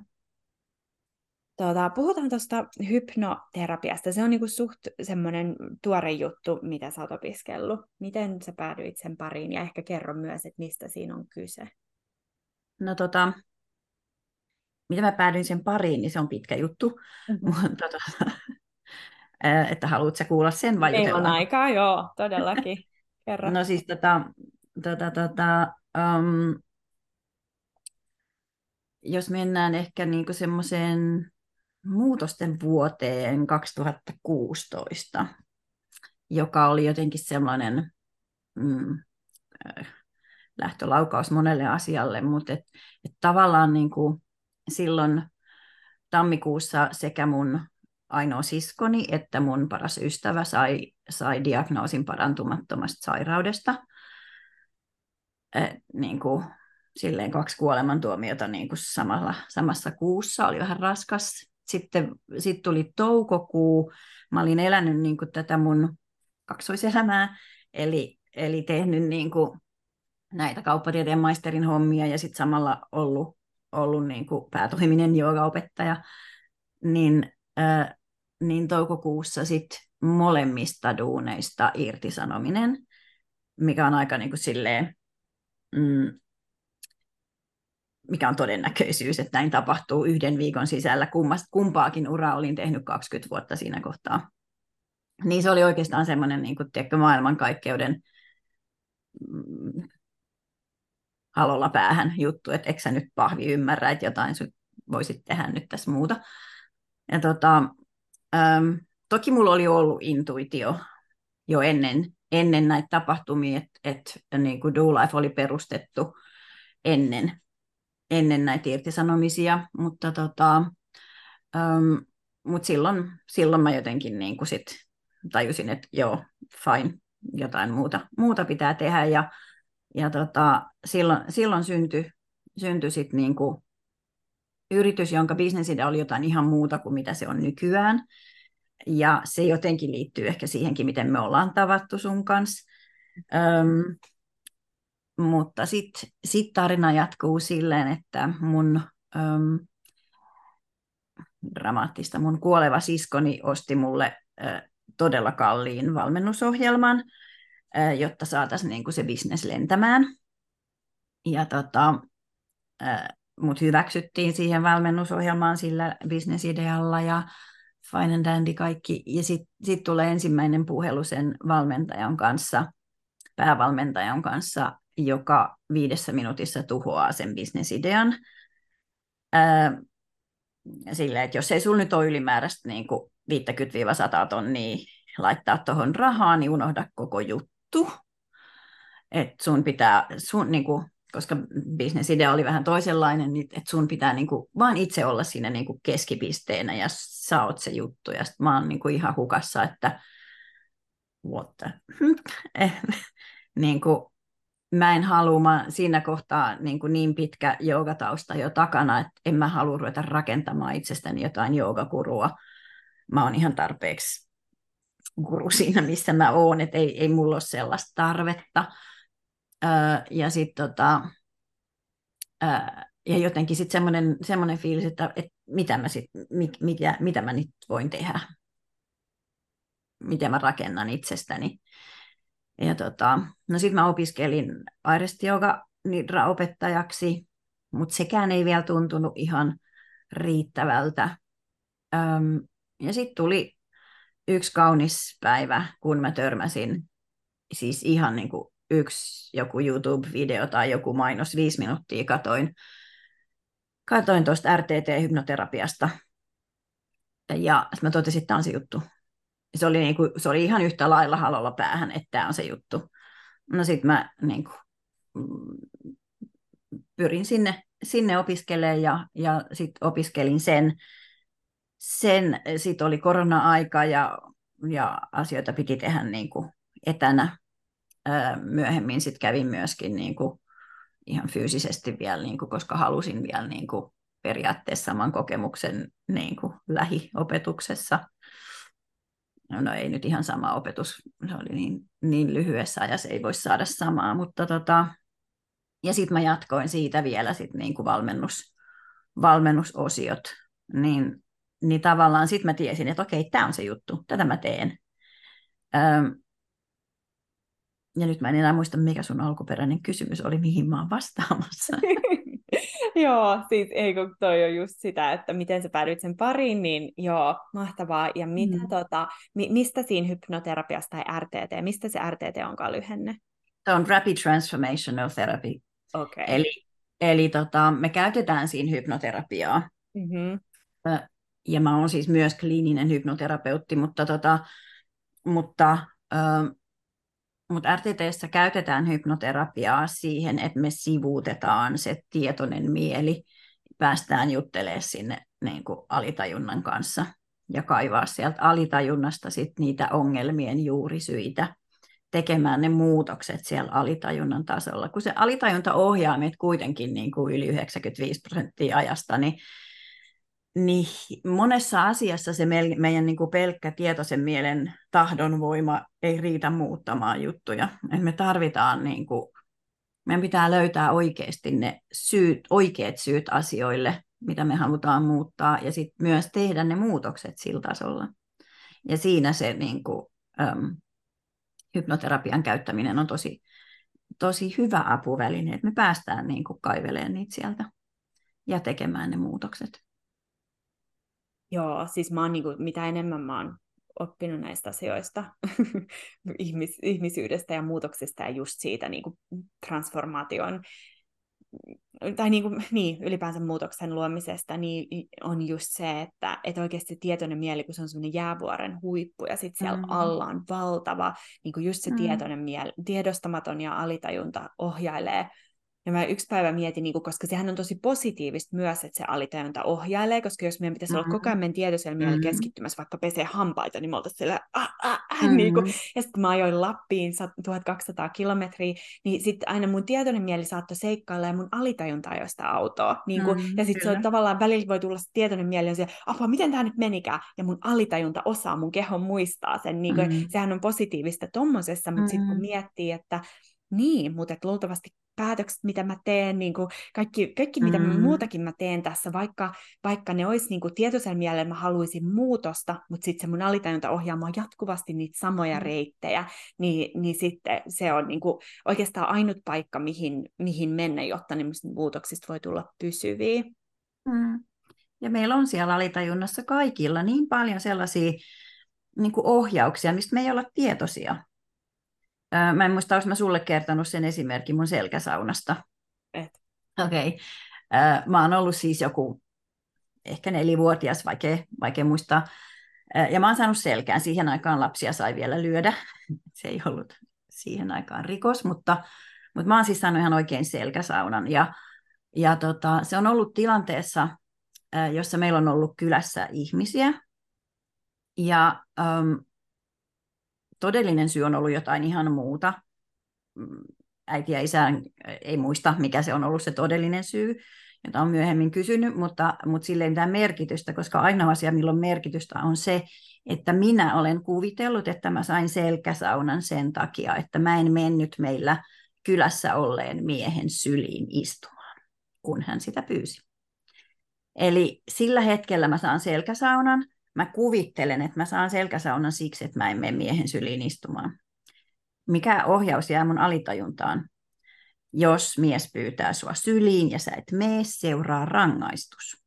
Tuota, puhutaan tuosta hypnoterapiasta. Se on niinku suht semmoinen tuore juttu, mitä sä oot opiskellut. Miten sä päädyit sen pariin ja ehkä kerro myös, että mistä siinä on kyse. No tota, mitä mä päädyin sen pariin, niin se on pitkä juttu. Mm-hmm. tota, että haluatko sä kuulla sen vai Meillä on aikaa, joo, todellakin. Kerro. No siis tota, tota, tota, um, jos mennään ehkä niinku semmoiseen muutosten vuoteen kaksituhattakuusitoista, joka oli jotenkin sellainen mm, lähtölaukaus monelle asialle, mutta et, et tavallaan niin kuin silloin tammikuussa sekä mun ainoa siskoni että mun paras ystävä sai, sai diagnoosin parantumattomasta sairaudesta. Et, niin kuin silleen kaksi kuolemantuomiota niin kuin samalla, samassa kuussa, oli vähän raskas. Sitten sit tuli toukokuu, mä olin elänyt niin kuin tätä mun kaksoiselämää, eli, eli tehnyt niin kuin näitä kauppatieteen maisterin hommia ja sitten samalla ollut, ollut niin kuin päätoiminen joogaopettaja, niin, äh, niin toukokuussa sitten molemmista duuneista irtisanominen, mikä on aika niin kuin silleen, mm, mikä on todennäköisyys, että näin tapahtuu yhden viikon sisällä. Kummast, kumpaakin uraa olin tehnyt kaksikymmentä vuotta siinä kohtaa. Niin se oli oikeastaan semmoinen niin kuin, tiedätkö, maailmankaikkeuden mm, halolla päähän juttu, että eikö sä nyt Pahvi ymmärrä, että jotain voisit tehdä nyt tässä muuta. Ja tota, äm, toki mulla oli ollut intuitio jo ennen, ennen näitä tapahtumia, että et, niin kuin Do Life oli perustettu ennen, ennen näitä irtisanomisia, mutta tota, äm, mut silloin, silloin mä jotenkin niin kuin sit tajusin, että joo, fine, jotain muuta, muuta pitää tehdä, ja Ja tota, silloin, silloin syntyi, syntyi sit niinku yritys, jonka bisnesidea oli jotain ihan muuta kuin mitä se on nykyään. Ja se jotenkin liittyy ehkä siihenkin, miten me ollaan tavattu sun kanssa. Öm, mutta sitten sit tarina jatkuu silleen, että mun öm, dramaattista, mun kuoleva siskoni osti mulle ö, todella kalliin valmennusohjelman, ö, jotta saataisiin niinku se bisnes lentämään. Ja tota, mut hyväksyttiin siihen valmennusohjelmaan sillä bisnesidealla ja fine and dandy kaikki. Ja sitten sit tulee ensimmäinen puhelu sen valmentajan kanssa, päävalmentajan kanssa, joka viidessä minuutissa tuhoaa sen bisnesidean. Ää, silleen, että jos ei sulla nyt ole ylimääräistä niin viisikymmentä sata tonnia laittaa tuohon rahaa, niin unohda koko juttu. Että sun pitää, sun, niin kuin, koska bisnesidea oli vähän toisenlainen, niin että sun pitää niin kuin, vaan itse olla siinä niin kuin keskipisteenä ja sä oot se juttu. Ja sit mä oon niin kuin ihan hukassa, että what the... niin kuin, mä en halua, mä siinä kohtaa niin, kuin niin pitkä joogatausta jo takana, että en mä halua ruveta rakentamaan itsestäni jotain joogakurua. Mä oon ihan tarpeeksi guru siinä, missä mä oon, että ei, ei mulla ole sellaista tarvetta. Öö, ja sitten tota, öö, ja jotenkin sitten semmoinen, semmoinen fiilis, että, että mitä, mä sit, mit, mitä, mitä mä nyt voin tehdä, miten mä rakennan itsestäni. Ja tota, no sitten mä opiskelin Airesti-jooga-nidra-opettajaksi, mutta sekään ei vielä tuntunut ihan riittävältä. Öm, ja sitten tuli yksi kaunis päivä, kun mä törmäsin, siis ihan niin kuin yksi joku YouTube-video tai joku mainos, viisi minuuttia katoin, katoin tuosta R T T-hypnoterapiasta. Ja mä totesin, että tämä on se juttu. Se oli, niin kuin, se oli ihan yhtä lailla halolla päähän, että tämä on se juttu. No sitten mä niin kuin, pyrin sinne, sinne opiskelemaan ja, ja sitten opiskelin sen. sen sitten oli korona-aika ja, ja asioita piti tehdä niin kuin etänä. Myöhemmin sitten kävin myöskin niin kuin ihan fyysisesti vielä, niin kuin, koska halusin vielä niin kuin periaatteessa saman kokemuksen niin kuin lähiopetuksessa. No ei nyt ihan sama opetus, se oli niin, niin lyhyessä ajassa, ei voi saada samaa, mutta tota, ja sitten mä jatkoin siitä vielä sit niin kuin valmennus, valmennusosiot, niin, niin tavallaan sitten mä tiesin, että okei, tämä on se juttu, tätä mä teen. Öm, ja nyt mä en enää muista, mikä sun alkuperäinen kysymys oli, mihin mä oon vastaamassa. Joo, siis ei kun toi on just sitä, että miten sä päädyit sen pariin, niin joo, mahtavaa. Ja mitä, mm. tota, mi- mistä siinä hypnoterapiasta tai R T T, mistä se R T T onkaan lyhenne? Se on Rapid Transformational Therapy. Okay. Eli, eli tota, me käytetään siinä hypnoterapiaa. Mm-hmm. Ja mä oon siis myös kliininen hypnoterapeutti, mutta, tota, mutta, äh, mutta R T T:ssä käytetään hypnoterapiaa siihen, että me sivuutetaan se tietoinen mieli, päästään juttelemaan sinne niin kuin alitajunnan kanssa ja kaivaa sieltä alitajunnasta sit niitä ongelmien juurisyitä. tekemään ne muutokset siellä alitajunnan tasolla. Kun se alitajunta ohjaa meitä kuitenkin niin kuin yli yhdeksänkymmentäviisi prosenttia ajasta, niin, niin monessa asiassa se meidän niin kuin pelkkä tietoisen mielen tahdonvoima ei riitä muuttamaan juttuja. Et me tarvitaan, niin kuin, meidän pitää löytää oikeasti ne syyt, oikeat syyt asioille, mitä me halutaan muuttaa, ja sitten myös tehdä ne muutokset sillä tasolla. Ja siinä se niin kuin, äm, hypnoterapian käyttäminen on tosi, tosi hyvä apuväline, että me päästään niin kuin kaivelemaan niitä sieltä ja tekemään ne muutokset. Joo, siis mä oon, niin kuin, mitä enemmän mä oon oppinut näistä asioista, ihmis, ihmisyydestä ja muutoksesta ja just siitä niin kuin transformaation tai niin kuin, niin, ylipäänsä muutoksen luomisesta, niin on just se, että, että oikeasti tietoinen mieli, kun se on semmoinen jäävuoren huippu, ja sitten siellä mm. alla on valtava, niin kuin just se mm. tietoinen mieli, tiedostamaton ja alitajunta ohjailee. Ja mä yksi päivä mietin, niin kuin, koska sehän on tosi positiivista myös, että se alitajunta ohjailee, koska jos meidän pitäisi mm-hmm. olla koko ajan meidän tietoisella mielellä mm-hmm. keskittymässä vaikka pesee hampaita, niin me oltaisiin siellä, äh, äh, äh, mm-hmm. niin kuin. Ja sitten kun mä ajoin Lappiin tuhatkaksisataa kilometriä, niin sitten aina mun tietoinen mieli saattoi seikkailla ja mun alitajunta ajoi sitä autoa. Niin kuin, mm-hmm. Ja sitten se on tavallaan välillä voi tulla se tietoinen mieli, on se, apua, miten tämä nyt menikään? Ja mun alitajunta osaa, mun keho muistaa sen. Niin kuin, mm-hmm. Sehän on positiivista tommosessa, mutta mm-hmm. sitten kun miettii, että niin, mutta et luultavasti päätökset, mitä mä teen, niin kuin kaikki, kaikki mitä mm. muutakin mä teen tässä, vaikka, vaikka ne olisi niin kuin tietoisen mielellä, mä haluaisin muutosta, mutta sitten se mun alitajunta ohjaa mua jatkuvasti niitä samoja mm. reittejä, niin, niin sitten se on niin kuin oikeastaan ainut paikka, mihin, mihin mennä, jotta muutoksista voi tulla pysyviä. Mm. Ja meillä on siellä alitajunnassa kaikilla niin paljon sellaisia niin kuin ohjauksia, mistä me ei olla tietoisia. Mä en muista, olis mä sulle kertonut sen esimerkin mun selkäsaunasta. Et. Okei. Okay. Mä oon ollut siis joku ehkä nelivuotias, vaikea, vaikea muistaa. Ja mä oon saanut selkään. Siihen aikaan lapsia sai vielä lyödä. Se ei ollut siihen aikaan rikos, mutta, mutta mä oon siis saanut ihan oikein selkäsaunan. Ja, ja tota, se on ollut tilanteessa, jossa meillä on ollut kylässä ihmisiä. Ja um, todellinen syy on ollut jotain ihan muuta. Äiti ja isä ei muista, mikä se on ollut se todellinen syy, jota on myöhemmin kysynyt, mutta, mutta sille ei mitään merkitystä, koska ainoa asia, milloin merkitystä on se, että minä olen kuvitellut, että mä sain selkäsaunan sen takia, että mä en mennyt meillä kylässä olleen miehen syliin istumaan, kun hän sitä pyysi. Eli sillä hetkellä mä saan selkäsaunan, mä kuvittelen, että mä saan selkäsaunan siksi, että mä en mene miehen syliin istumaan. Mikä ohjaus jää mun alitajuntaan? Jos mies pyytää sua syliin ja sä et mene, seuraa rangaistus.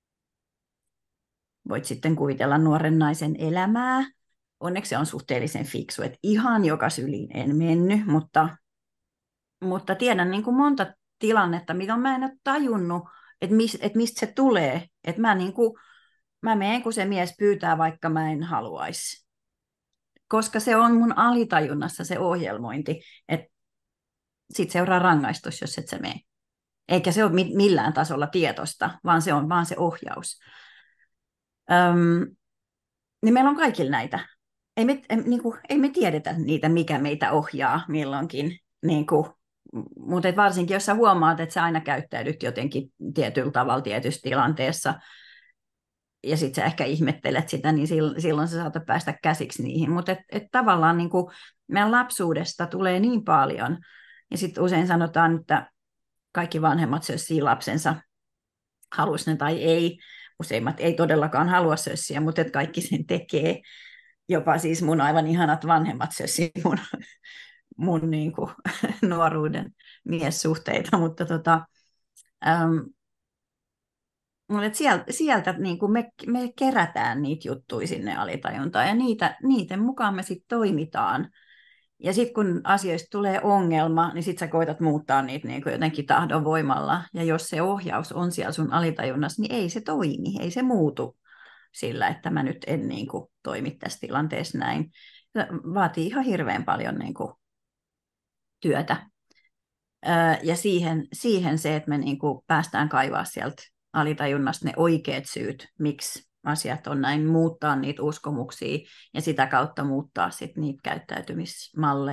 Voit sitten kuvitella nuoren naisen elämää. Onneksi se on suhteellisen fiksu, että ihan joka syliin en mennyt, mutta, mutta tiedän niin kuin monta tilannetta, mitä mä en ole tajunnut, että, mis, että mistä se tulee. Että mä, niin kuin, mä menen, kun se mies pyytää, vaikka mä en haluaisi. Koska se on mun alitajunnassa se ohjelmointi, että sit seuraa rangaistus, jos et sä mene. Eikä se ole millään tasolla tietosta, vaan se on vaan se ohjaus. Öm, niin meillä on kaikilla näitä. Ei me, niin kuin, ei me tiedetä niitä, mikä meitä ohjaa milloinkin. Niin kuin, mutta varsinkin, jos sä huomaat, että sä aina käyttäydyt jotenkin tietyllä tavalla tietyssä tilanteessa, ja sitten sä ehkä ihmettelet sitä, niin silloin sä saatat päästä käsiksi niihin. Mutta et, et tavallaan niin kuin meidän lapsuudesta tulee niin paljon, ja sitten usein sanotaan, että kaikki vanhemmat sössii lapsensa, halus ne tai ei. Useimmat ei todellakaan halua sössiä, mutta et kaikki sen tekee. Jopa siis mun aivan ihanat vanhemmat sössii mun, mun niin kuin nuoruuden miessuhteita. Mutta tota, ähm, Mutta sieltä, sieltä niin kuin me, me kerätään niitä juttuja sinne alitajuntaan ja niitä, niiden mukaan me sitten toimitaan. Ja sitten kun asioista tulee ongelma, niin sitten sä koetat muuttaa niitä niin kuin jotenkin tahdonvoimalla. Ja jos se ohjaus on siellä sun alitajunnassa, niin ei se toimi, ei se muutu sillä, että mä nyt en niin kuin toimi tässä tilanteessa näin. Se vaatii ihan hirveän paljon niin kuin työtä. Ja siihen, siihen se, että me niin kuin päästään kaivaa sieltä alitajunnasta ne oikeat syyt, miksi asiat on näin, muuttaa niitä uskomuksia ja sitä kautta muuttaa sit niitä käyttäytymismalleja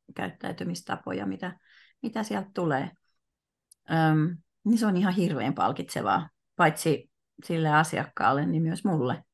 käyttäytymistapoja, mitä, mitä sieltä tulee. Öm, niin se on ihan hirveän palkitsevaa, paitsi sille asiakkaalle, niin myös mulle.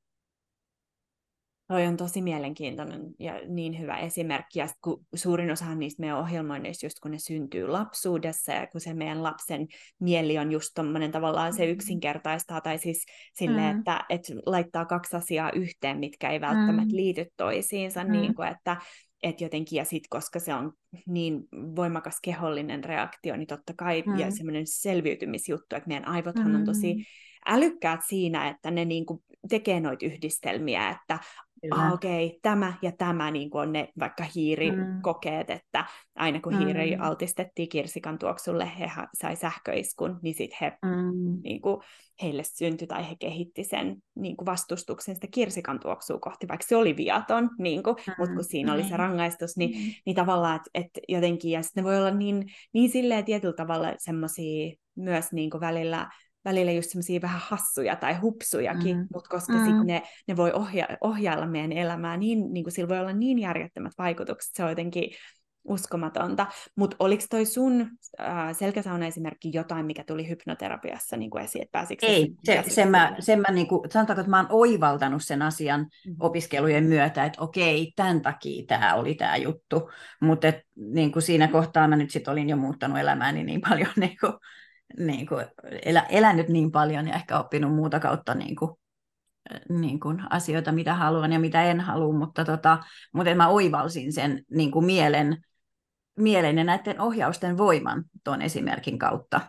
Toi on tosi mielenkiintoinen ja niin hyvä esimerkki. Ja kun suurin osa niistä meidän ohjelmoinneista, just kun ne syntyy lapsuudessa ja kun se meidän lapsen mieli on just tommoinen tavallaan se yksinkertaistaa tai siis silleen, Mm. että, että laittaa kaksi asiaa yhteen, mitkä ei välttämättä Mm. liity toisiinsa, Mm. niin kuin, että, että jotenkin ja sit, koska se on niin voimakas kehollinen reaktio, niin totta kai Mm. ja semmoinen selviytymisjuttu, että meidän aivothan on Mm. tosi älykkäät siinä, että ne niin kuin tekee noita yhdistelmiä, että ah, okei, okay, tämä ja tämä niin kuin on ne vaikka hiirikokeet, mm. että aina kun hiiri mm. altistettiin kirsikan tuoksulle, he sai sähköiskun, niin sitten he, mm. niin kuin, heille syntyi tai he kehitti sen niin kuin vastustuksen sitä kirsikan tuoksua kohti, vaikka se oli viaton, niin kuin, mm. mutta kun siinä oli se rangaistus, niin, mm. niin tavallaan, että et jotenkin, ja sitten ne voi olla niin, niin silleen tietyllä tavalla semmoisia myös niin kuin välillä, välillä just semmoisia vähän hassuja tai hupsujakin, mm. mutta koska mm. sitten ne, ne voi ohja- ohjailla meidän elämää, niin, niin kuin sillä voi olla niin järjettömät vaikutukset, se on jotenkin uskomatonta. Mutta oliko toi sun äh, selkäsauna-esimerkki jotain, mikä tuli hypnoterapiassa niin kuin esiin, että pääsikö Ei, se, sen mä, sen mä niin kuin, sanotaanko, että mä oon oivaltanut sen asian mm. opiskelujen myötä, että okei, tämän takia tämä oli tämä juttu, mutta niin kuin siinä kohtaa mä nyt sit olin jo muuttanut elämääni niin paljon, niin kuin, niin kuin, elä, elänyt niin paljon ja ehkä oppinut muuta kautta niin kuin, niin kuin asioita, mitä haluan ja mitä en halua, mutta, tota, mutta mä oivalsin sen niin kuin mielen, mielen ja näiden ohjausten voiman tuon esimerkin kautta.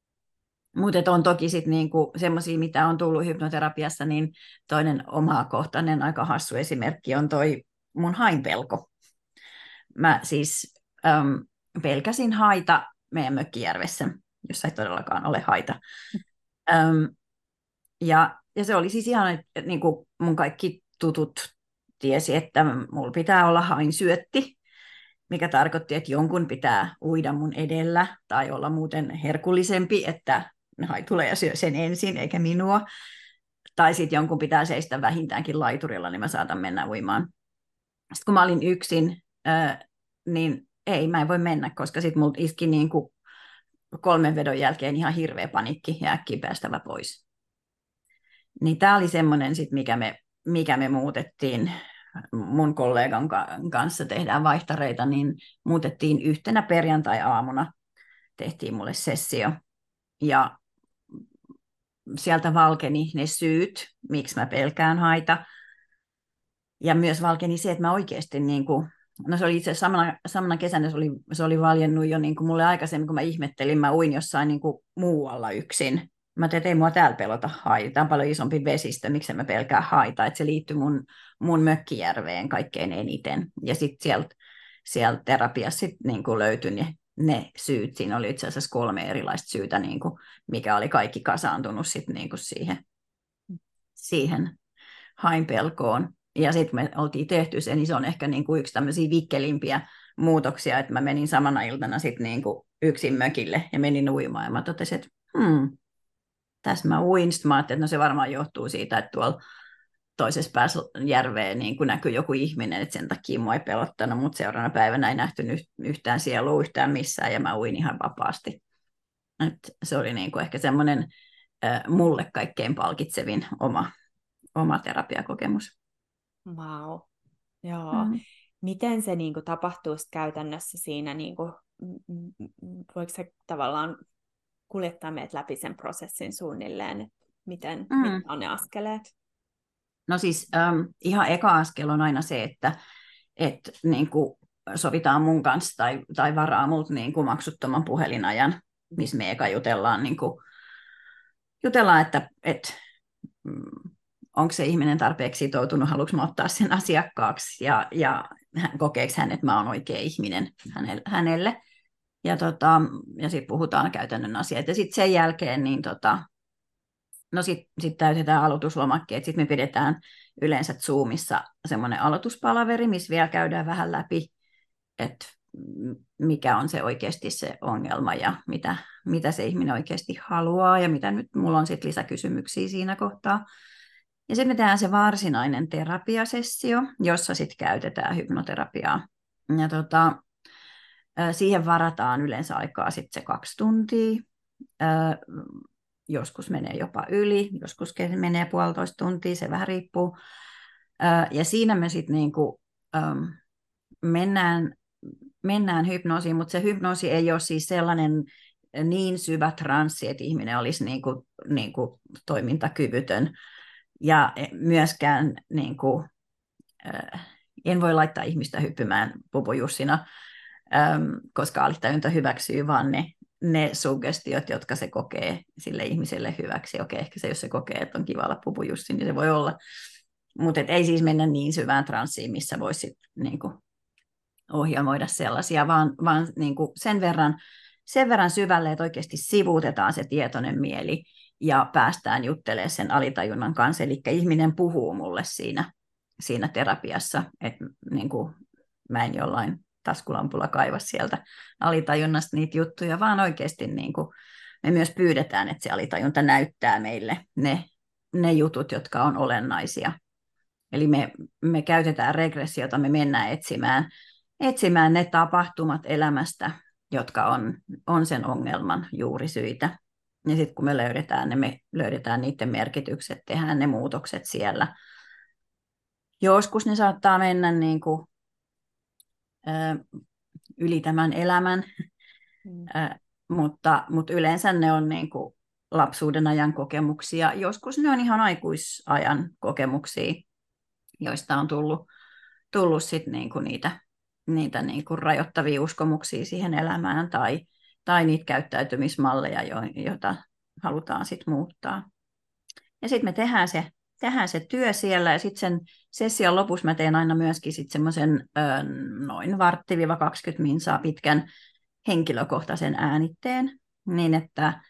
Mutta on toki sitten niinku semmoisia, mitä on tullut hypnoterapiassa, niin toinen omakohtainen aika hassu esimerkki on toi mun hainpelko. Mä siis äm, pelkäsin haita meidän Mökkijärvessä, jossa ei todellakaan ole haita. Äm, ja, ja se oli siis ihan, että niinku mun kaikki tutut tiesi, että mulla pitää olla hainsyötti, mikä tarkoitti, että jonkun pitää uida mun edellä tai olla muuten herkullisempi, että hai tulee ja syö sen ensin, eikä minua. Tai sitten jonkun pitää seistä vähintäänkin laiturilla, niin mä saatan mennä uimaan. Sitten kun mä olin yksin, niin ei, mä en voi mennä, koska sitten multa iski niin kuin kolmen vedon jälkeen ihan hirveä panikki ja äkkiä päästävä pois. Niin tämä oli semmoinen, sit, mikä, me, mikä me muutettiin mun kollegan kanssa, tehdään vaihtareita, niin muutettiin yhtenä perjantai-aamuna, tehtiin mulle sessio. Ja sieltä valkeni ne syyt, miksi mä pelkään haita. Ja myös valkeni se, että mä oikeasti, niin kuin, no se oli itse asiassa samana, samana kesänä, se oli, se oli valjennut jo niin kuin mulle aikaisemmin, kun mä ihmettelin, mä uin jossain niin kuin muualla yksin. Mä ajattelin, että ei mua täällä pelota haita, tämä on paljon isompi vesistö, miksi mä pelkään haita, että se liittyy mun, mun Mökkijärveen kaikkein eniten. Ja sitten sieltä sieltä terapiassa sit niin kuin löytyi ne, ne syyt, siinä oli itse asiassa kolme erilaista syytä, niin kuin, mikä oli kaikki kasaantunut sit niin kuin siihen, siihen hainpelkoon. Ja sitten me oltiin tehty se, niin se on ehkä niin kuin yksi tämmöisiä vikkelimpiä muutoksia, että mä menin samana iltana sitten niin kuin yksin mökille ja menin uimaan. Ja mä totesin, että hmm, tässä mä uin. Sitten mä ajattelin, että no se varmaan johtuu siitä, että tuolla toisessa päässä järveä niin kuin näkyy joku ihminen, että sen takia mua ei pelottanut, mutta seuraavana päivänä ei nähty yhtään sielua yhtään missään ja mä uin ihan vapaasti. Et se oli niin kuin ehkä semmoinen äh, mulle kaikkein palkitsevin oma, oma terapiakokemus. Vau, wow. Joo. Mm. Miten se niin kuin, tapahtuu käytännössä siinä, niin kuin, voiko se tavallaan kuljettaa meidät läpi sen prosessin suunnilleen, että miten, mm. mitkä on ne askeleet? No siis ähm, ihan eka askel on aina se, että et, niin kuin sovitaan mun kanssa tai, tai varaa multa niin kuin maksuttoman puhelinajan, missä me eka jutellaan, niin kuin, jutellaan että et, mm, onko se ihminen tarpeeksi sitoutunut, haluanko mä ottaa sen asiakkaaksi ja, ja kokeeko hän, että mä oon oikea ihminen hänelle. Ja, tota, ja sitten puhutaan käytännön asiat. Ja sitten sen jälkeen niin tota, no sitten sit täytetään aloituslomakkeet. Sitten me pidetään yleensä Zoomissa semmoinen aloituspalaveri, missä vielä käydään vähän läpi, että mikä on se oikeasti se ongelma ja mitä, mitä se ihminen oikeasti haluaa ja mitä nyt mulla on sitten lisäkysymyksiä siinä kohtaa. Ja sitten me tehdään se varsinainen terapiasessio, jossa sitten käytetään hypnoterapiaa. Ja tota, Siihen varataan yleensä aikaa sitten se kaksi tuntia. Joskus menee jopa yli, joskus menee puolitoista tuntia, se vähän riippuu. Ja siinä me sitten niinku, mennään, mennään hypnoosiin, mutta se hypnoosi ei ole siis sellainen niin syvä transsi, että ihminen olisi niinku, niinku toimintakyvytön. Ja myöskään niinku, en voi laittaa ihmistä hyppymään pupujussina, koska alitajunta hyväksyy vaan ne, ne suggestiot, jotka se kokee sille ihmiselle hyväksi. Okei, ehkä se, jos se kokee, että on kiva olla pupujussi, niin se voi olla. Mutta ei siis mennä niin syvään transsiin, missä voisi niinku ohjelmoida sellaisia, vaan, vaan niinku sen, verran, sen verran syvälle, että oikeasti sivuutetaan se tietoinen mieli ja päästään juttelemaan sen alitajunnan kanssa. Eli ihminen puhuu mulle siinä, siinä terapiassa, että niinku, mä en jollain taskulampulla kaiva sieltä alitajunnasta niitä juttuja, vaan oikeasti niinku, me myös pyydetään, että se alitajunta näyttää meille ne, ne jutut, jotka on olennaisia. Eli me, me käytetään regressiota, me mennään etsimään, etsimään ne tapahtumat elämästä, jotka on, on sen ongelman juurisyitä. Ja sitten kun me löydetään ne, me löydetään niiden merkitykset, tehdään ne muutokset siellä. Joskus ne saattaa mennä niin kuin, ö, yli tämän elämän, mm. ö, mutta, mutta yleensä ne on niin kuin lapsuuden ajan kokemuksia. Joskus ne on ihan aikuisajan kokemuksia, joista on tullut, tullut sit niinku niitä, niitä niinku rajoittavia uskomuksia siihen elämään tai, tai niitä käyttäytymismalleja, joita halutaan sit muuttaa. Ja sitten me tehdään se, tehdään se työ siellä ja sitten sen session lopussa mä teen aina myöskin sit semmoisen noin vartti-kaksikymmentä minsaa pitkän henkilökohtaisen äänitteen, niin että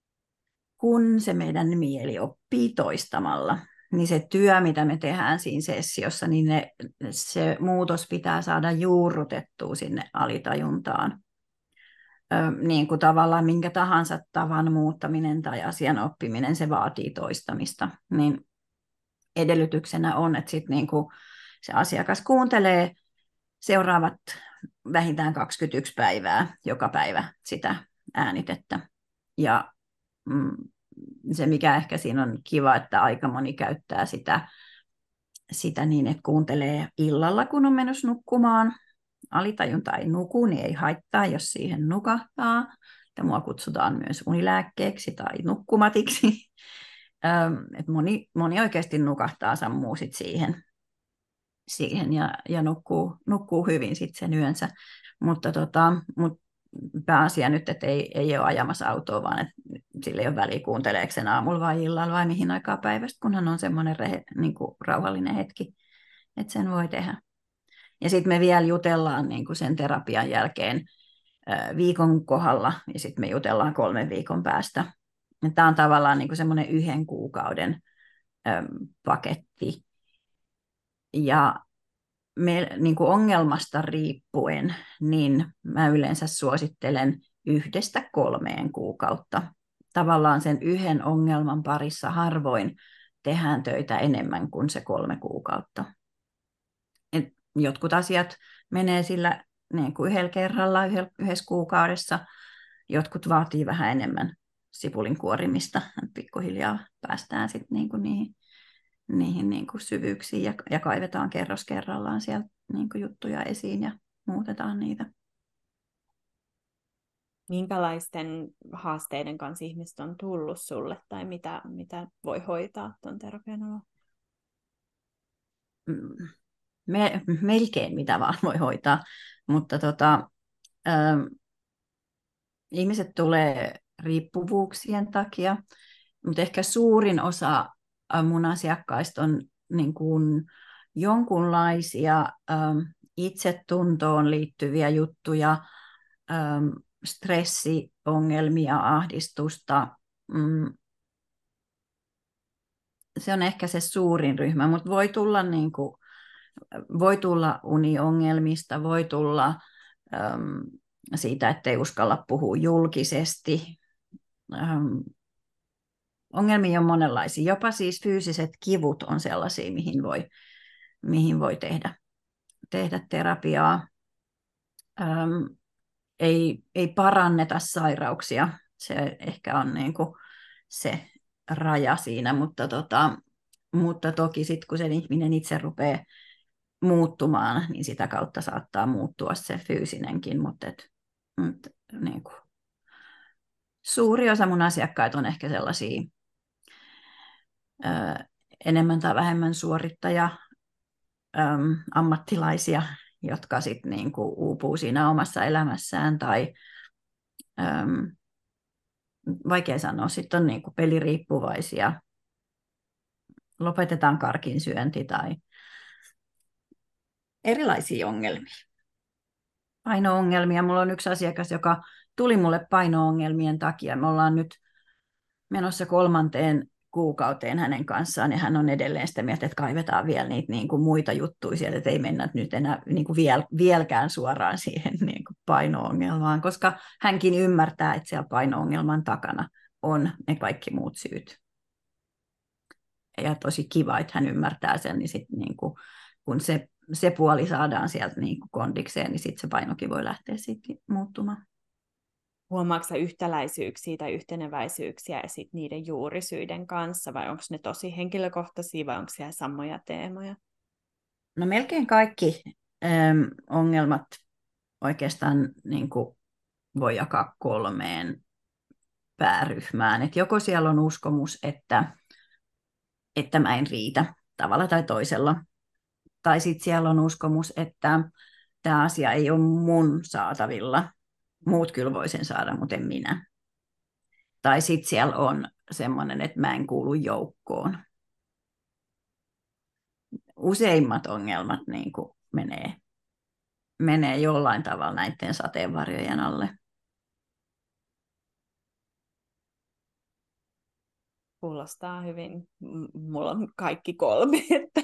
kun se meidän mieli oppii toistamalla, niin se työ, mitä me tehdään siinä sessiossa, niin ne, se muutos pitää saada juurrutettua sinne alitajuntaan. Ö, niin kuin tavallaan minkä tahansa tavan muuttaminen tai asian oppiminen, se vaatii toistamista. Niin edellytyksenä on, että sit niin kuin se asiakas kuuntelee seuraavat vähintään kaksikymmentäyksi päivää joka päivä sitä äänitettä. Ja mm, se, mikä ehkä siinä on kiva, että aika moni käyttää sitä, sitä niin, että kuuntelee illalla, kun on menossa nukkumaan. Alitajunta ei nuku, niin ei haittaa, jos siihen nukahtaa. Ja mua kutsutaan myös unilääkkeeksi tai nukkumatiksi. Et moni, moni oikeasti nukahtaa, sammuu sit siihen, siihen ja, ja nukkuu, nukkuu hyvin sit sen yönsä. Mutta tota, mut pääasia nyt, että ei, ei ole ajamassa autoa, vaan että sillä ei ole väliä kuunteleeko sen aamulla vai illalla vai mihin aikaa päivästä, kunhan on semmoinen rehe, niin kuin rauhallinen hetki, että sen voi tehdä. Ja sitten me vielä jutellaan niin kuin sen terapian jälkeen viikon kohdalla ja sitten me jutellaan kolmen viikon päästä. Tämä on tavallaan niin kuin semmoinen yhden kuukauden paketti. Ja me, niin kuin ongelmasta riippuen, niin mä yleensä suosittelen yhdestä kolmeen kuukautta. Tavallaan sen yhden ongelman parissa harvoin tehdään töitä enemmän kuin se kolme kuukautta. Et jotkut asiat menee sillä niin kuin yhdellä kerralla, yhdessä kuukaudessa. Jotkut vaatii vähän enemmän sipulin kuorimista. Pikkuhiljaa päästään sitten niin kuin niihin niihin niin kuin syvyyksiin ja, ja kaivetaan kerros kerrallaan sieltä niin kuin juttuja esiin ja muutetaan niitä. Minkälaisten haasteiden kanssa ihmiset on tullut sulle tai mitä, mitä voi hoitaa tuon terapian alla? Me, melkein mitä vaan voi hoitaa, mutta tota, ähm, ihmiset tulee riippuvuuksien takia, mutta ehkä suurin osa mun asiakkaista on niin kuin jonkunlaisia ähm, itsetuntoon liittyviä juttuja, ähm, stressiongelmia, ahdistusta. Mm, se on ehkä se suurin ryhmä, mutta voi tulla, niin kuin, voi tulla uniongelmista, voi tulla ähm, siitä, ettei uskalla puhua julkisesti. Ähm, Ongelmia on monenlaisia. Jopa siis fyysiset kivut on sellaisia, mihin voi, mihin voi tehdä, tehdä terapiaa. Öm, ei, ei paranneta sairauksia. Se ehkä on niin kuin se raja siinä, mutta, tota, mutta toki sitten kun sen ihminen itse rupeaa muuttumaan, niin sitä kautta saattaa muuttua se fyysinenkin, mutta, et, mutta niin kuin, suuri osa mun asiakkaita on ehkä sellaisia ö, enemmän tai vähemmän suorittaja äm, ammattilaisia, jotka sitten niin kuin uupuu siinä omassa elämässään tai äm, vaikea sanoa, sitten on niin kuin peliriippuvaisia, lopetetaan karkin syönti tai erilaisia ongelmia. Paino-ongelmia. Mulla on yksi asiakas, joka tuli mulle paino-ongelmien takia. Me ollaan nyt menossa kolmanteen kuukauteen hänen kanssaan, ja hän on edelleen sitä mieltä, että kaivetaan vielä niitä niin kuin muita juttuja sieltä, että ei mennä nyt enää niin kuin viel, vieläkään suoraan siihen niin kuin paino-ongelmaan, koska hänkin ymmärtää, että siellä paino-ongelman takana on ne kaikki muut syyt. Ja tosi kiva, että hän ymmärtää sen, niin sit niin kuin, kun se, se puoli saadaan sieltä niin kuin kondikseen, niin sitten se painokin voi lähteä siitä muuttumaan. Huomaatko sä yhtäläisyyksiä tai yhteneväisyyksiä ja sit niiden juurisyiden kanssa, vai onko ne tosi henkilökohtaisia, vai onko siellä samoja teemoja? No melkein kaikki äm, ongelmat oikeastaan niin kuin voi jakaa kolmeen pääryhmään. Et joko siellä on uskomus, että, että mä en riitä tavalla tai toisella, tai sitten siellä on uskomus, että tämä asia ei ole mun saatavilla. Muut kyllä voi sen saada, mutta en minä. Tai sitten siellä on semmoinen, että mä en kuulu joukkoon. Useimmat ongelmat niin kuin menee, menee jollain tavalla näiden sateenvarjojen alle. Kuulostaa hyvin. Mulla on kaikki kolme. Että...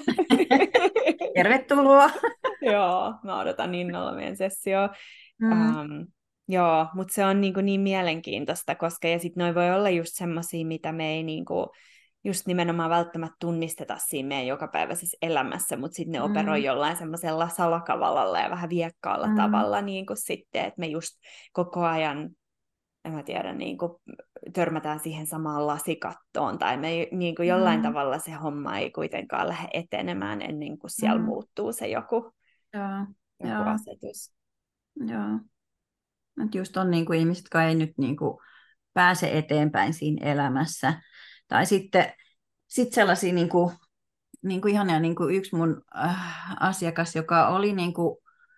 Tervetuloa! Joo, mä odotan innolla meidän sessioon. Mm. Um, joo, mutta se on niinku niin mielenkiintoista, koska ja sitten noi voi olla just semmosia, mitä me ei niinku just nimenomaan välttämättä tunnisteta siinä meidän jokapäiväisessä elämässä, mutta sitten ne Mm. operoi jollain semmoisella salakavalalla ja vähän viekkaalla Mm. tavalla, niin kuin sitten, että me just koko ajan, en mä tiedä, niin kuin törmätään siihen samaan lasikattoon, tai me niin kuin jollain Mm. tavalla se homma ei kuitenkaan lähde etenemään ennen kuin siellä Mm. muuttuu se joku, Joo, joku joo, asetus. joo. Et just on niin kuin ihmiset, jotka ei nyt niin kuin pääse eteenpäin siinä elämässä. Tai sitten sit sellaisia niin kuin, niin kuin ihania, niin kuin yksi mun äh, asiakas, joka oli niin kuin,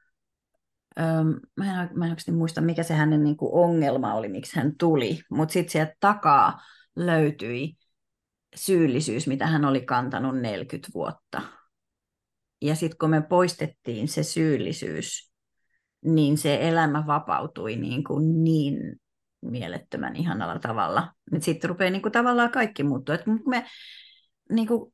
ähm, mä en, mä en oikeasti muista, mikä se hänen niin kuin ongelma oli, miksi hän tuli, mutta sitten sieltä takaa löytyi syyllisyys, mitä hän oli kantanut neljäkymmentä vuotta. Ja sitten kun me poistettiin se syyllisyys, niin se elämä vapautui niin, kuin niin mielettömän ihanalla tavalla. Sitten rupeaa niin kuin tavallaan kaikki muuttua. Et me, niin kuin,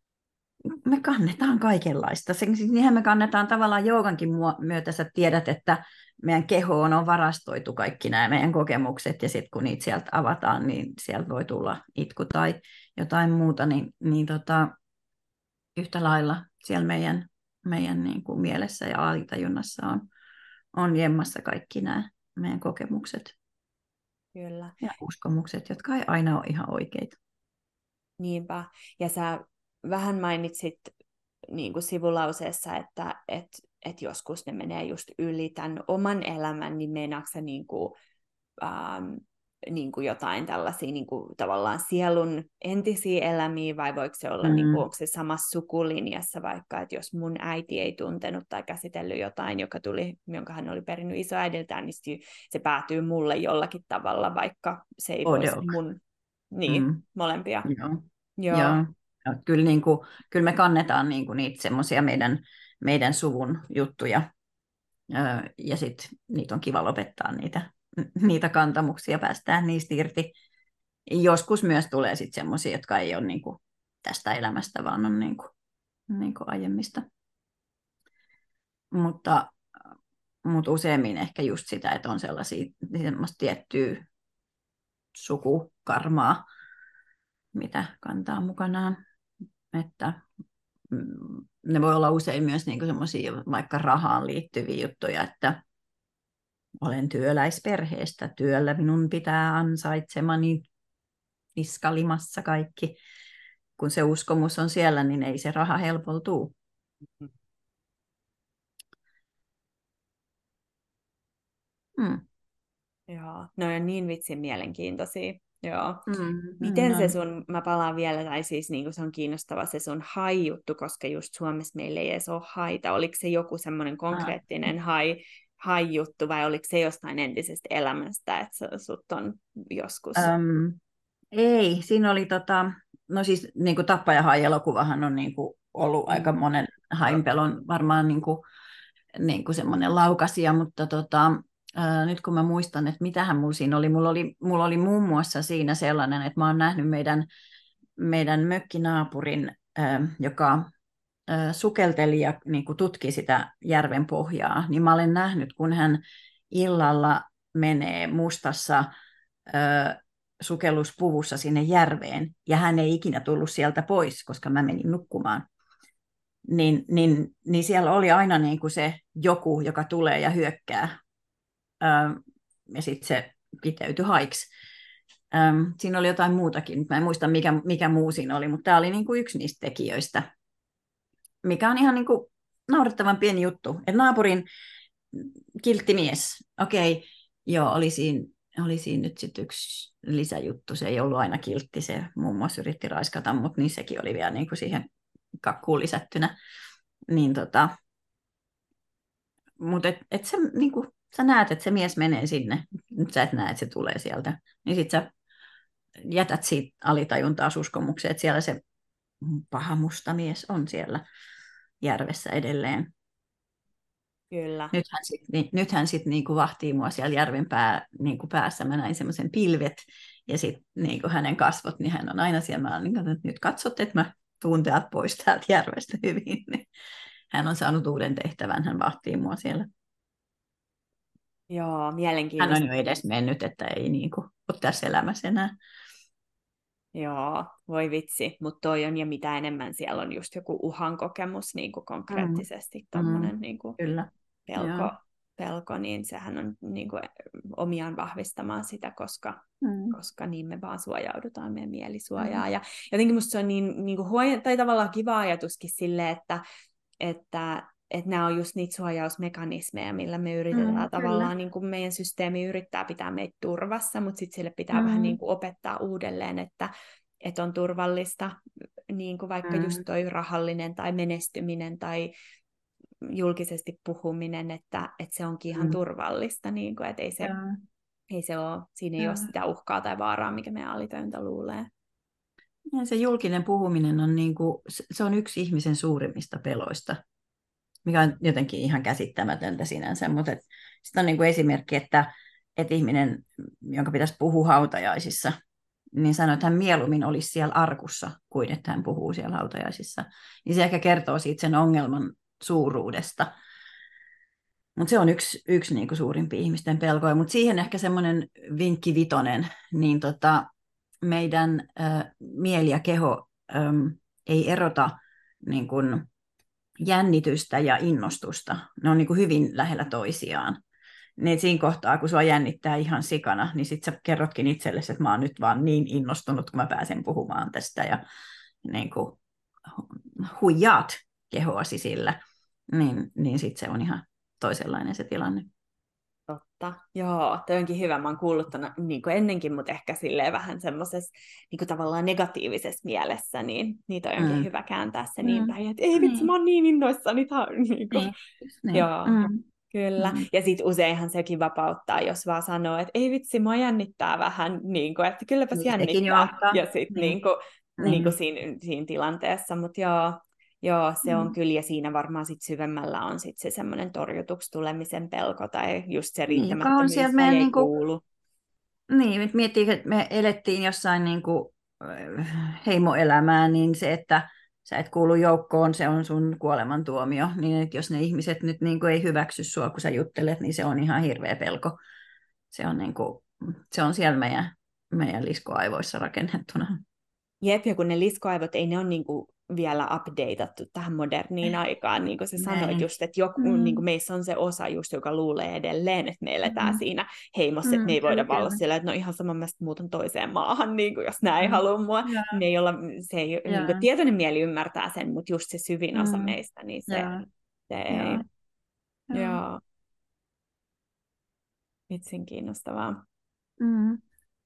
me kannetaan kaikenlaista. Sen, niinhän me kannetaan tavallaan joogankin myötä. Sä tiedät, että meidän kehoon on varastoitu kaikki nämä meidän kokemukset, ja sitten kun niitä sieltä avataan, niin sieltä voi tulla itku tai jotain muuta, niin, niin tota, yhtä lailla siellä meidän, meidän niin kuin mielessä ja alitajunnassa on, on jemmassa kaikki nämä meidän kokemukset. Kyllä. Ja uskomukset, jotka ei aina ole ihan oikeita. Niinpä. Ja sä vähän mainitsit niin kuin sivulauseessa, että et, et joskus ne menee just yli tämän oman elämän, niin meinaatko sä niin kuin, ähm, niin kuin jotain tällaisia niin kuin tavallaan sielun entisiä elämiä, vai voiko se olla, Mm. niin kuin, onko se samassa sukulinjassa vaikka, että jos mun äiti ei tuntenut tai käsitellyt jotain, joka tuli, jonka hän oli perinnyt isoäidiltään, niin se päätyy mulle jollakin tavalla, vaikka se ei voisi mun, niin, mm. molempia. Joo. Joo. Joo. Kyllä, niin kuin, kyllä me kannetaan niin kuin niitä semmoisia meidän, meidän suvun juttuja, ja sitten niitä on kiva lopettaa niitä, niitä kantamuksia, päästään niistä irti. Joskus myös tulee sitten semmoisia, jotka ei ole niin kuin tästä elämästä, vaan on niin kuin, niin kuin aiemmista. Mutta, mutta useimmin ehkä just sitä, että on sellaisia semmoista tiettyä sukukarmaa, mitä kantaa mukanaan. Että ne voi olla usein myös niinku semmoisia vaikka rahaan liittyviä juttuja, että, olen työläisperheestä, työllä minun pitää ansaitsemani niskalimassa kaikki. Kun se uskomus on siellä, niin ei se raha helpolla tuu. Mm. Joo, ne on niin vitsin mielenkiintoisia. Joo. Mm, Miten no. se sun, mä palaan vielä, tai siis niin se on kiinnostava se sun hai-juttu, koska just Suomessa meillä ei edes ole haita. Oliko se joku semmoinen Ah. konkreettinen hai, hai-juttu, vai oliko se jostain entisestä elämästä, että sut on joskus... Öm, ei, siinä oli tota, no siis niin kuin Tappaja-hai-elokuvahan on niin kuin ollut Mm. aika monen hainpelon varmaan niin kuin, niin kuin semmoinen laukasia, mutta tota, ää, nyt kun mä muistan, että mitähän mulla siinä oli, mulla oli, mulla oli muun muassa siinä sellainen, että mä oon nähnyt meidän, meidän mökkinaapurin, ää, joka ää, sukelteli ja niin kuin tutki sitä järven pohjaa, niin mä olen nähnyt, kun hän illalla menee mustassa ää, sukelluspuvussa sinne järveen, ja hän ei ikinä tullut sieltä pois, koska mä menin nukkumaan. Niin, niin, niin siellä oli aina niin kuin se joku, joka tulee ja hyökkää, ähm, ja sitten se kiteytyi haiksi. Ähm, siinä oli jotain muutakin, mä en muista mikä, mikä muu siinä oli, mutta tämä oli niin kuin yksi niistä tekijöistä, mikä on ihan niin kuin naurettavan pieni juttu. Et naapurin kiltti mies, okei, okay, joo, oli siinä, oli siinä nyt sitten yksi lisäjuttu, se ei ollut aina kiltti, se muun muassa yritti raiskata, mutta niin sekin oli vielä niin kuin siihen kakkuun lisättynä. Niin tota, mutta et, et sä, niin kuin, sä näet, että se mies menee sinne, nyt sä et näe, että se tulee sieltä, niin sit sä jätät siitä alitajuntaa uskomukseen, että siellä se paha musta mies on siellä järvessä edelleen. Kyllä. Nythän sitten niin, nythän sit niinku vahtii mua siellä järven pää, niinku päässä. Mä näin semmoisen pilvet ja sitten niinku hänen kasvot, niin hän on aina siellä. Mä niin, että nyt katsot, että mä tuun täältä pois täältä järvestä hyvin. Hän on saanut uuden tehtävän, hän vahtii mua siellä. Joo, Hän mielenkiintoista. on jo edes mennyt, että ei niinku ole tässä elämässä enää. Joo, voi vitsi, mutta toi on, ja mitä enemmän siellä on just joku uhan kokemus niin kuin konkreettisesti, Mm. tommonen Mm. niin kuin Kyllä. pelko, Joo. pelko, niin sehän on niin kuin omiaan vahvistamaan sitä, koska, Mm. koska niin me vaan suojaudutaan, meidän mieli suojaa. Mm. Ja jotenkin musta se on niin, niin kuin huoja, tai tavallaan kiva ajatuskin sille, että, että että nämä on just niitä suojausmekanismeja, millä me yritetään Mm, tavallaan, kyllä. niin kuin meidän systeemi yrittää pitää meitä turvassa, mutta sitten sille pitää vähän Mm. niin kuin opettaa uudelleen, että, että on turvallista, niin kuin vaikka Mm. just toi rahallinen tai menestyminen tai julkisesti puhuminen, että, että se onkin ihan Mm. turvallista, niin kuin, että ei se, Joo. ei se ole, siinä ei Joo. ole sitä uhkaa tai vaaraa, mikä meidän alitajunta luulee. Ja se julkinen puhuminen on, niin kuin, se on yksi ihmisen suurimmista peloista, mikä on jotenkin ihan käsittämätöntä sinänsä, mutta sitten on niin kuin esimerkki, että, että ihminen, jonka pitäisi puhua hautajaisissa, niin sanoo, että hän mieluummin olisi siellä arkussa kuin että hän puhuu siellä hautajaisissa. Niin se ehkä kertoo siitä sen ongelman suuruudesta. Mutta se on yksi, yksi niin kuin suurimpia ihmisten pelkoja. Mutta siihen ehkä semmoinen vinkki vitonen, niin tota, meidän äh, mieli ja keho ähm, ei erota niin kuin jännitystä ja innostusta. Ne on niin kuin hyvin lähellä toisiaan. Niin siinä kohtaa, kun sua jännittää ihan sikana, niin sit sä kerrotkin itsellesi, että mä oon nyt vaan niin innostunut, kun mä pääsen puhumaan tästä ja niin kuin huijaat kehoasi sillä, niin, niin sitten se on ihan toisenlainen se tilanne. Totta. Joo, toi onkin hyvä. Mä oon kuullut ton, niin kuin ennenkin, mutta ehkä silleen vähän semmoisessa niin kuin tavallaan negatiivisessa mielessä, niin, niin toi onkin Mm. hyvä kääntää se niin Mm. päin, että ei vitsi, mä Niin, oon niin innoissani. Tää on niin kuin, niin, just niin. joo, Mm. kyllä. Mm. Ja sitten useinhan sekin vapauttaa, jos vaan sanoo, että ei vitsi, mua jännittää vähän, niin kuin, että kylläpäs Niin sekin jo jännittää. auttaa. Ja sitten Niin. niin kuin, niin kuin Niin. siinä, siinä tilanteessa, mutta joo, Joo, se on Mm. kyllä, ja siinä varmaan sit syvemmällä on sit se semmoinen torjutuksi tulemisen pelko, tai just se Niin, joka on riittämättömyys siellä tai meidän ei niin kuin, kuulu. niin, nyt miettii, että me elettiin jossain niin kuin, äh, heimoelämää, niin se, että sä et kuulu joukkoon, se on sun kuolemantuomio. Niin että jos ne ihmiset nyt niin kuin ei hyväksy sua, kun sä juttelet, niin se on ihan hirveä pelko. Se on, niin kuin, se on siellä meidän, meidän liskoaivoissa rakennettuna. Jep, ja kun ne liskoaivot, ei ne ole niinku vielä updateattu tähän moderniin aikaan, niin kuin sä sanoit Näin. just, että joku, niin kuin Mm. meissä on se osa just, joka luulee edelleen, että me eletään Mm. siinä heimossa, että me Mm, ei kyllä, voida vaan olla kyllä. siellä, että no ihan sama, mä sitten muutan toiseen maahan, niin kuin, jos näin ei Mm. halua mua. Joo, Me ei olla, se ei, niin kuin, joo. tietoinen mieli ymmärtää sen, mutta just se syvin osa Mm. meistä, niin se, Joo, se ei. joo, joo. Joo, vitsin kiinnostavaa. Mm.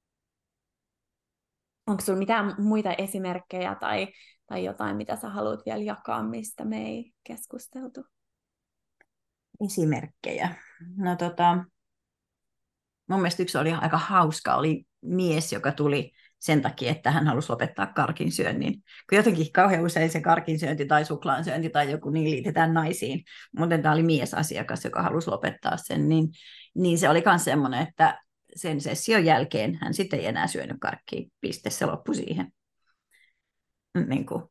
Onko sulla mitään muita esimerkkejä tai, tai jotain, mitä sä haluat vielä jakaa, mistä me ei keskusteltu? Esimerkkejä. No tota, mun mielestä yksi oli aika hauska, oli mies, joka tuli sen takia, että hän halusi lopettaa karkin syönnin. Kun jotenkin kauhean usein se karkin syönti tai suklaan syönti tai joku niin liitetään naisiin, mutta tämä oli miesasiakas, joka halusi lopettaa sen, niin, niin se oli myös semmoinen, että sen session jälkeen hän sitten ei enää syönyt karkkia, piste, se loppui siihen. Niin kuin,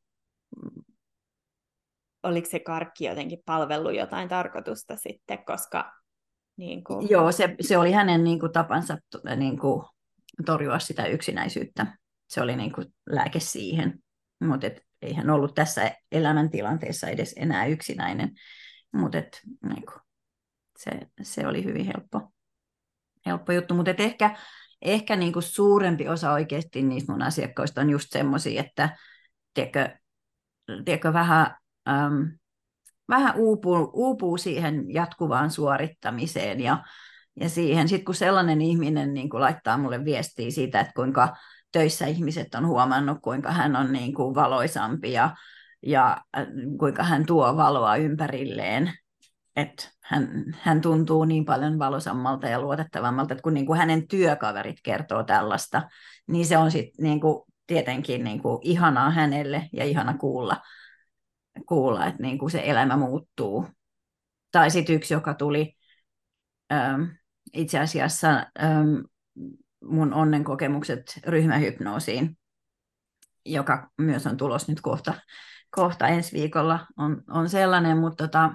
Oliko se karkki jotenkin palvellut jotain tarkoitusta sitten, koska niin kuin... Joo, se, se oli hänen niin kuin, tapansa niin kuin, torjua sitä yksinäisyyttä. Se oli niin kuin, lääke siihen, mutta ei hän ollut tässä elämäntilanteessa edes enää yksinäinen. Mutta niin se, se oli hyvin helppo, helppo juttu. Mutta ehkä, ehkä niin kuin, suurempi osa oikeasti niistä mun asiakkaista on just semmoisia, että tiedätkö, tiedätkö, vähän... Äm, vähän uupuu, uupuu siihen jatkuvaan suorittamiseen ja, ja siihen. Sitten kun sellainen ihminen niin kuin laittaa mulle viestiä siitä, että kuinka töissä ihmiset on huomannut, kuinka hän on niin kuin valoisampi ja, ja äh, kuinka hän tuo valoa ympärilleen, että hän, hän tuntuu niin paljon valoisammalta ja luotettavammalta, että kun niin kuin hänen työkaverit kertoo tällaista, niin se on sitten niin kuin tietenkin niin kuin ihanaa hänelle ja ihana kuulla kuulla, että niin kuin se elämä muuttuu. Tai sitten yksi, joka tuli ähm, itse asiassa ähm, mun onnenkokemukset ryhmähypnoosiin, joka myös on tulos nyt kohta, kohta ensi viikolla, on, on sellainen, mutta tota,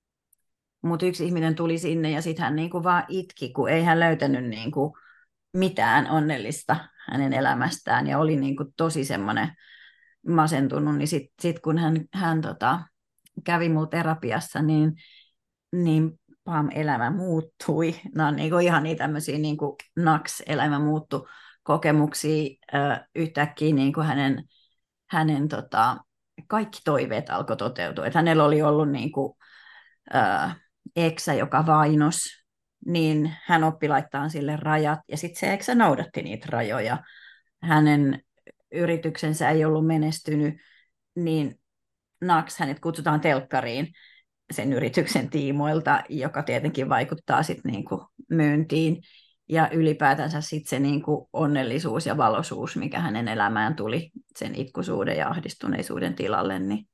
mut yksi ihminen tuli sinne ja sitten hän niinku vaan itki, kun ei hän löytänyt niinku mitään onnellista hänen elämästään ja oli niinku tosi semmoinen masentunut, niin sitten sit kun hän, hän tota, kävi mulla terapiassa, niin, niin pam, elämä muuttui. Nämä on niinku ihan niitä tämmöisiä niinku naks, elämä muuttu kokemuksia. Ö, yhtäkkiä niinku hänen, hänen tota, kaikki toiveet alkoi toteutua. Et hänellä oli ollut niinku, ö, eksä, joka vainos, niin hän oppi laittaa sille rajat, ja sitten se eksä noudatti niitä rajoja. Hänen yrityksensä ei ollut menestynyt, niin naks hänet kutsutaan telkkariin sen yrityksen tiimoilta, joka tietenkin vaikuttaa sitten niinku myyntiin. Ja ylipäätänsä sitten se niinku onnellisuus ja valoisuus, mikä hänen elämään tuli sen itkuisuuden ja ahdistuneisuuden tilalle, niin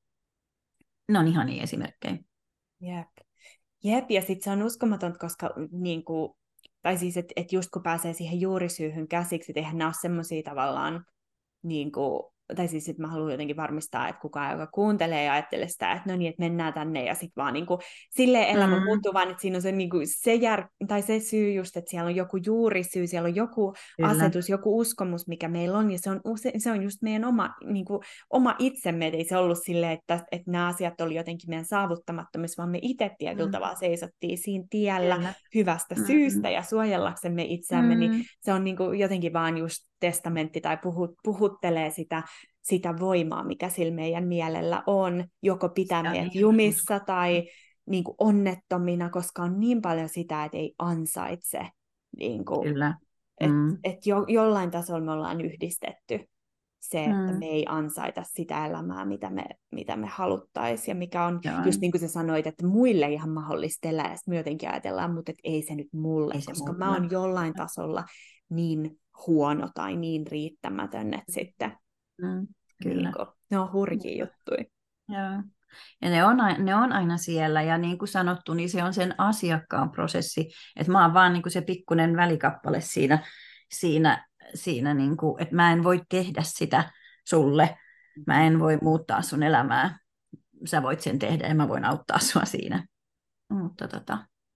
ne on ihan niin esimerkkejä. Jep. Jep, ja sitten se on uskomatonta, koska niin kuin, tai siis, että et just kun pääsee siihen juurisyyhyn käsiksi, että eihän nämä ole semmoisia tavallaan niin kuin, tai siis että mä haluan jotenkin varmistaa, että kukaan, joka kuuntelee ja ajattelee sitä, että no niin, että mennään tänne ja sitten vaan niin kuin, silleen elämä Mm. muuttuu, vaan että siinä on se, niin kuin, se, jär, tai se syy just, että siellä on joku juurisyy, siellä on joku Kyllä. asetus, joku uskomus, mikä meillä on, ja se on, use, se on just meidän oma, niin kuin, oma itsemme, että ei se ollut silleen, että, että nämä asiat oli jotenkin meidän saavuttamattomissa, vaan me itse tietyllä Mm. tavalla seisottiin siinä tiellä Kyllä. hyvästä Mm. syystä ja suojellaksemme itseämme, Mm. niin se on niin kuin, jotenkin vaan just testamentti tai puhut, puhuttelee sitä, sitä voimaa, mikä sillä meidän mielellä on, joko pitää meidät niin jumissa tai niin kuin onnettomina, koska on niin paljon sitä, että ei ansaitse. Niin kuin, Kyllä. et, Mm. et jo, jollain tasolla me ollaan yhdistetty se, että Mm. me ei ansaita sitä elämää, mitä me, mitä me haluttaisiin, ja mikä on, Joo. just niin kuin sä sanoit, että muille ihan mahdollista elää, ja me jotenkin ajatellaan, mutta et ei se nyt mulle, Ei se koska mulle. mä oon jollain tasolla niin huono tai niin riittämätön, että sitten Mm. Kyllä. niin kuin, ne on hurjia juttuja. Joo. Ja ne on, ai- ne on aina siellä, ja niin kuin sanottu, niin se on sen asiakkaan prosessi, että mä oon vaan niin kuin se pikkunen välikappale siinä, siinä, siinä niin kuin, että mä en voi tehdä sitä sulle, mä en voi muuttaa sun elämää, sä voit sen tehdä ja mä voin auttaa sua siinä. Mutta tota,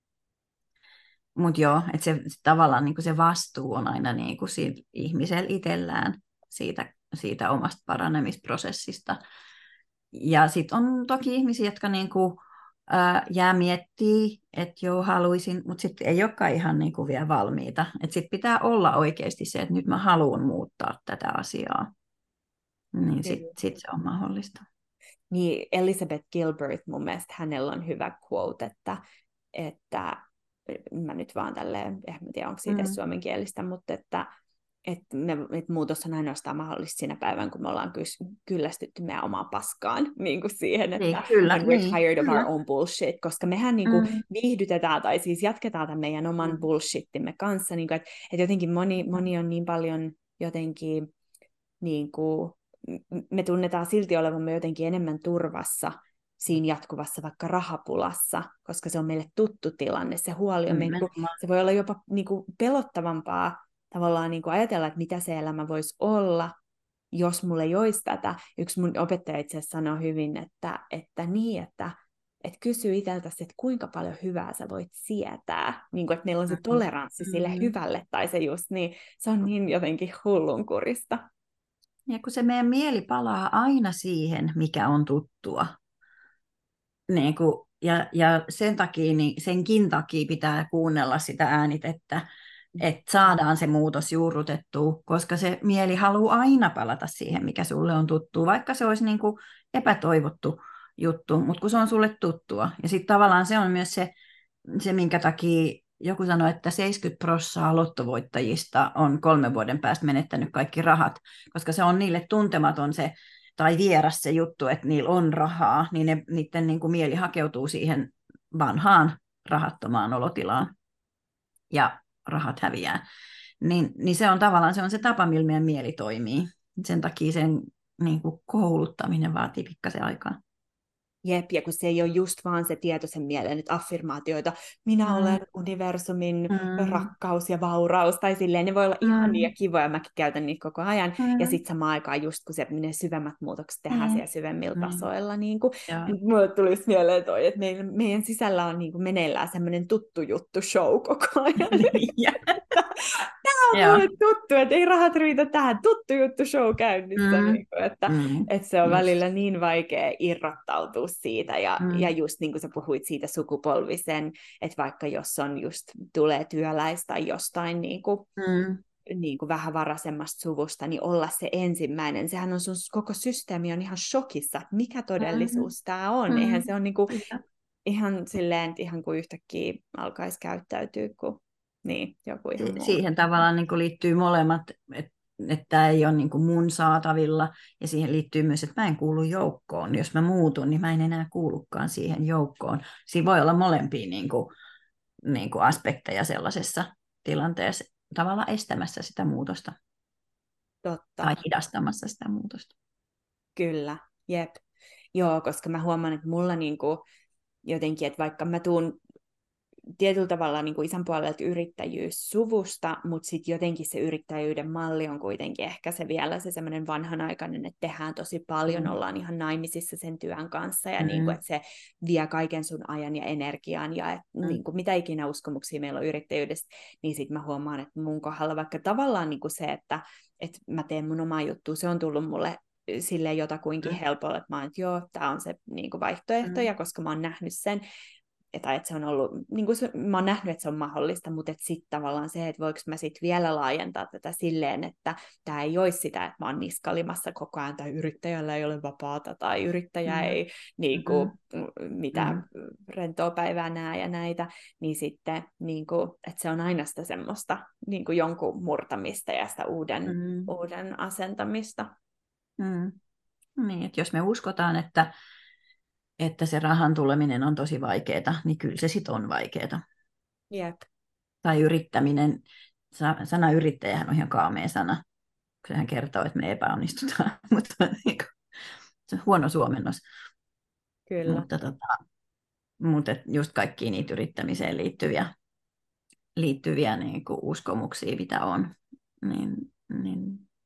mut joo, että se, se tavallaan niin kuin se vastuu on aina niin kuin siinä ihmisellä itsellään siitä, siitä omasta paranemisprosessista. ja sitten on toki ihmisiä, jotka niinku, ää, jää miettii, että joo, haluaisin, mutta sitten ei olekaan ihan niinku vielä valmiita. Että sitten pitää olla oikeasti se, että nyt mä haluan muuttaa tätä asiaa. Niin sitten Kyllä. sit se on mahdollista. Niin Elizabeth Gilbert, mun mielestä hänellä on hyvä quote, että, että mä nyt vaan tälleen, en mä tiedä onko siitä Mm. suomenkielistä, mutta että, että, me, että muutos on ainoastaan mahdollista siinä päivän, kun me ollaan kys, kyllästytty meidän omaan paskaan, niin kuin siihen, Niin, että kyllä, when we're niin, tired of our kyllä. own bullshit, koska mehän niin kuin Mm. viihdytetään tai siis jatketaan tämän meidän oman Mm. bullshittimme kanssa, niin kuin, että, että jotenkin moni, moni on niin paljon jotenkin niin kuin, me tunnetaan silti olevamme jotenkin enemmän turvassa siinä jatkuvassa vaikka rahapulassa, koska se on meille tuttu tilanne. Se huoli on, niin kuin, Nimenomaan. se voi olla jopa niin kuin, pelottavampaa tavallaan niin kuin ajatella, että mitä se elämä voisi olla, jos mulle ei olisi tätä. Yksi mun opettaja itse asiassa sanoi hyvin, että, että niin, että että kysy itseltäsi, että kuinka paljon hyvää sä voit sietää, niin kuin, että meillä on se toleranssi sille Mm. hyvälle, tai se just niin, se on niin jotenkin hullunkurista. Ja kun se meidän mieli palaa aina siihen, mikä on tuttua. Niin kuin, ja, ja sen takia, niin senkin takia pitää kuunnella sitä äänitettä, että saadaan se muutos juurrutettua, koska se mieli haluaa aina palata siihen, mikä sulle on tuttua, vaikka se olisi niin kuin epätoivottu juttu, mutta kun se on sulle tuttua. Ja sitten tavallaan se on myös se, se, minkä takia joku sanoi, että seitsemänkymmentä prosenttia lottovoittajista on kolmen vuoden päästä menettänyt kaikki rahat, koska se on niille tuntematon se, tai vieras se juttu, että niillä on rahaa, niin ne, niiden niin kuin mieli hakeutuu siihen vanhaan rahattomaan olotilaan ja rahat häviää. Niin, niin se on tavallaan se, on se tapa, millä meidän mieli toimii. Sen takia sen niin kuin kouluttaminen vaatii pikkasen aikaa. Jep, ja kun se ei ole just vaan se tietoisen mielen, että affirmaatioita, minä Mm, olen universumin mm, rakkaus ja vauraus, tai silleen, ne voi olla ihania ja mm, kivoja, mäkin käytän niitä koko ajan, ja mm, sitten samaan aikaan just kun se, ne syvemmät muutokset tehdään mm, siellä syvemmillä mm. tasoilla, niin kuin, Joo. mulle tulisi mieleen toi, että meidän, meidän sisällä on niin kuin meneillään semmoinen tuttu juttu show koko ajan. Niin, ja- Tämä on Joo. mulle tuttu, että ei rahat riitä tähän, tuttu juttu show käynnissä, Mm, niin kuin, että, mm, että se on just. välillä niin vaikea irrottautua siitä, ja, ja Mm, just niin kuin sä puhuit siitä sukupolvisen, että vaikka jos on just tulee työläistä tai jostain niin kuin, mm, niin kuin vähän varasemmasta suvusta, niin olla se ensimmäinen. Sehän on sun koko systeemi on ihan shokissa, että mikä mm, todellisuus tämä on. Eihän mm. se ole niin kuin, Kyllä. ihan silleen, että ihan kuin yhtäkkiä alkaisi käyttäytyä kuin niin, joku ihan Si- muu. Siihen tavallaan niin kuin liittyy molemmat, että että tämä ei ole niin kuin mun saatavilla, ja siihen liittyy myös, että mä en kuulu joukkoon. Jos mä muutun, niin mä en enää kuulukaan siihen joukkoon. Siinä voi olla molempia niin kuin, niin kuin aspekteja sellaisessa tilanteessa, tavallaan estämässä sitä muutosta Totta. tai hidastamassa sitä muutosta. Kyllä, jep. Joo, koska mä huomaan, että mulla niinku jotenkin, että vaikka mä tuun tietyllä tavalla niin kuin isän puolelta yrittäjyyssuvusta, mutta sitten jotenkin se yrittäjyyden malli on kuitenkin ehkä se vielä se semmoinen vanhanaikainen, että tehdään tosi paljon, Mm. ollaan ihan naimisissa sen työn kanssa ja Mm. niin kuin, että se vie kaiken sun ajan ja energian ja et, Mm. niin kuin, mitä ikinä uskomuksia meillä on yrittäjyydestä, niin sitten mä huomaan, että mun kohdalla vaikka tavallaan niin kuin se, että, että mä teen mun omaa juttua, se on tullut mulle silleen jotakuinkin Mm. helpolla, että mä oon, että joo, tämä on se niin kuin vaihtoehto, Mm. ja koska mä oon nähnyt sen, tai että se on ollut, niin kuin se, mä oon nähnyt, että se on mahdollista, mutta sitten tavallaan se, että voiko mä sitten vielä laajentaa tätä silleen, että tämä ei olisi sitä, että mä oon niskalimassa koko ajan, tai yrittäjällä ei ole vapaata, tai yrittäjä Mm. ei niin kuin, Mm. mitä rentoa päivää näe ja näitä, niin sitten, niin kuin, että se on aina sitä semmoista niin kuin jonkun murtamista ja sitä uuden, Mm. uuden asentamista. Mm. Niin, että jos me uskotaan, että, että se rahan tuleminen on tosi vaikeaa, niin kyllä se sitten on vaikeaa. Jep. Tai yrittäminen, sana yrittäjähän on ihan kaamea sana, kun sehän kertoo, että me epäonnistutaan, mutta se on huono suomennos. Kyllä. Mutta, tota, mutta just kaikkiin niitä yrittämiseen liittyviä, liittyviä niin kuin uskomuksia, mitä on, niin, niin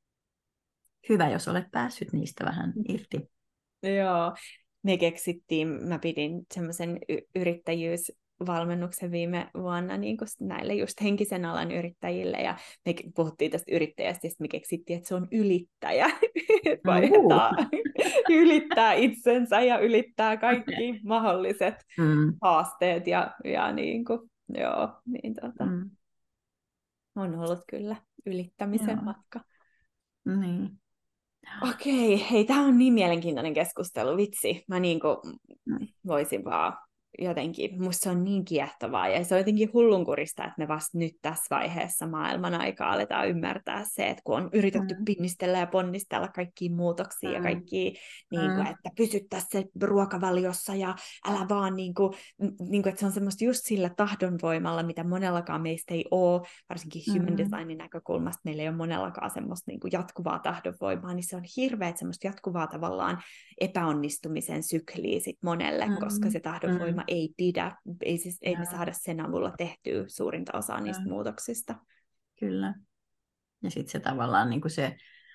hyvä, jos olet päässyt niistä vähän irti. Joo, me keksittiin, mä pidin semmoisen y- yrittäjyys valmennuksen viime vuonna niin kuin näille just henkisen alan yrittäjille, ja me puhuttiin tästä yrittäjästä, ja me keksittiin, että se on ylittäjä, että Uhu. vaihdetaan, ylittää itsensä ja ylittää kaikki mahdolliset Mm. haasteet, ja, ja niin kuin, joo, niin tota, Mm. on ollut kyllä ylittämisen Joo. matka. Niin. Okei, hei, tämä on niin mielenkiintoinen keskustelu, vitsi. Mä niinku Mm. voisin vaan jotenkin, musta se on niin kiehtovaa, ja se on jotenkin hullunkurista, että me vasta nyt tässä vaiheessa maailman aikaa aletaan ymmärtää se, että kun on yritetty Mm. pinnistellä ja ponnistella kaikkia muutoksia ja Mm. kaikkia, niin kuin, Mm. että pysyttäisiin se ruokavaliossa ja älä vaan, niin kuin, niin kuin, että se on semmoista just sillä tahdonvoimalla, mitä monellakaan meistä ei ole, varsinkin human Mm. designin näkökulmasta meillä ei ole monellakaan semmoista niin kuin jatkuvaa tahdonvoimaa, niin se on hirveä semmoista jatkuvaa tavallaan epäonnistumisen sykliä sit monelle, Mm. koska se tahdonvoima Mm. ei pidä, ei, siis, ei me Joo. saada sen avulla tehtyä suurinta osaa niistä Joo. muutoksista. Kyllä. Ja sitten se tavallaan niin kuin se,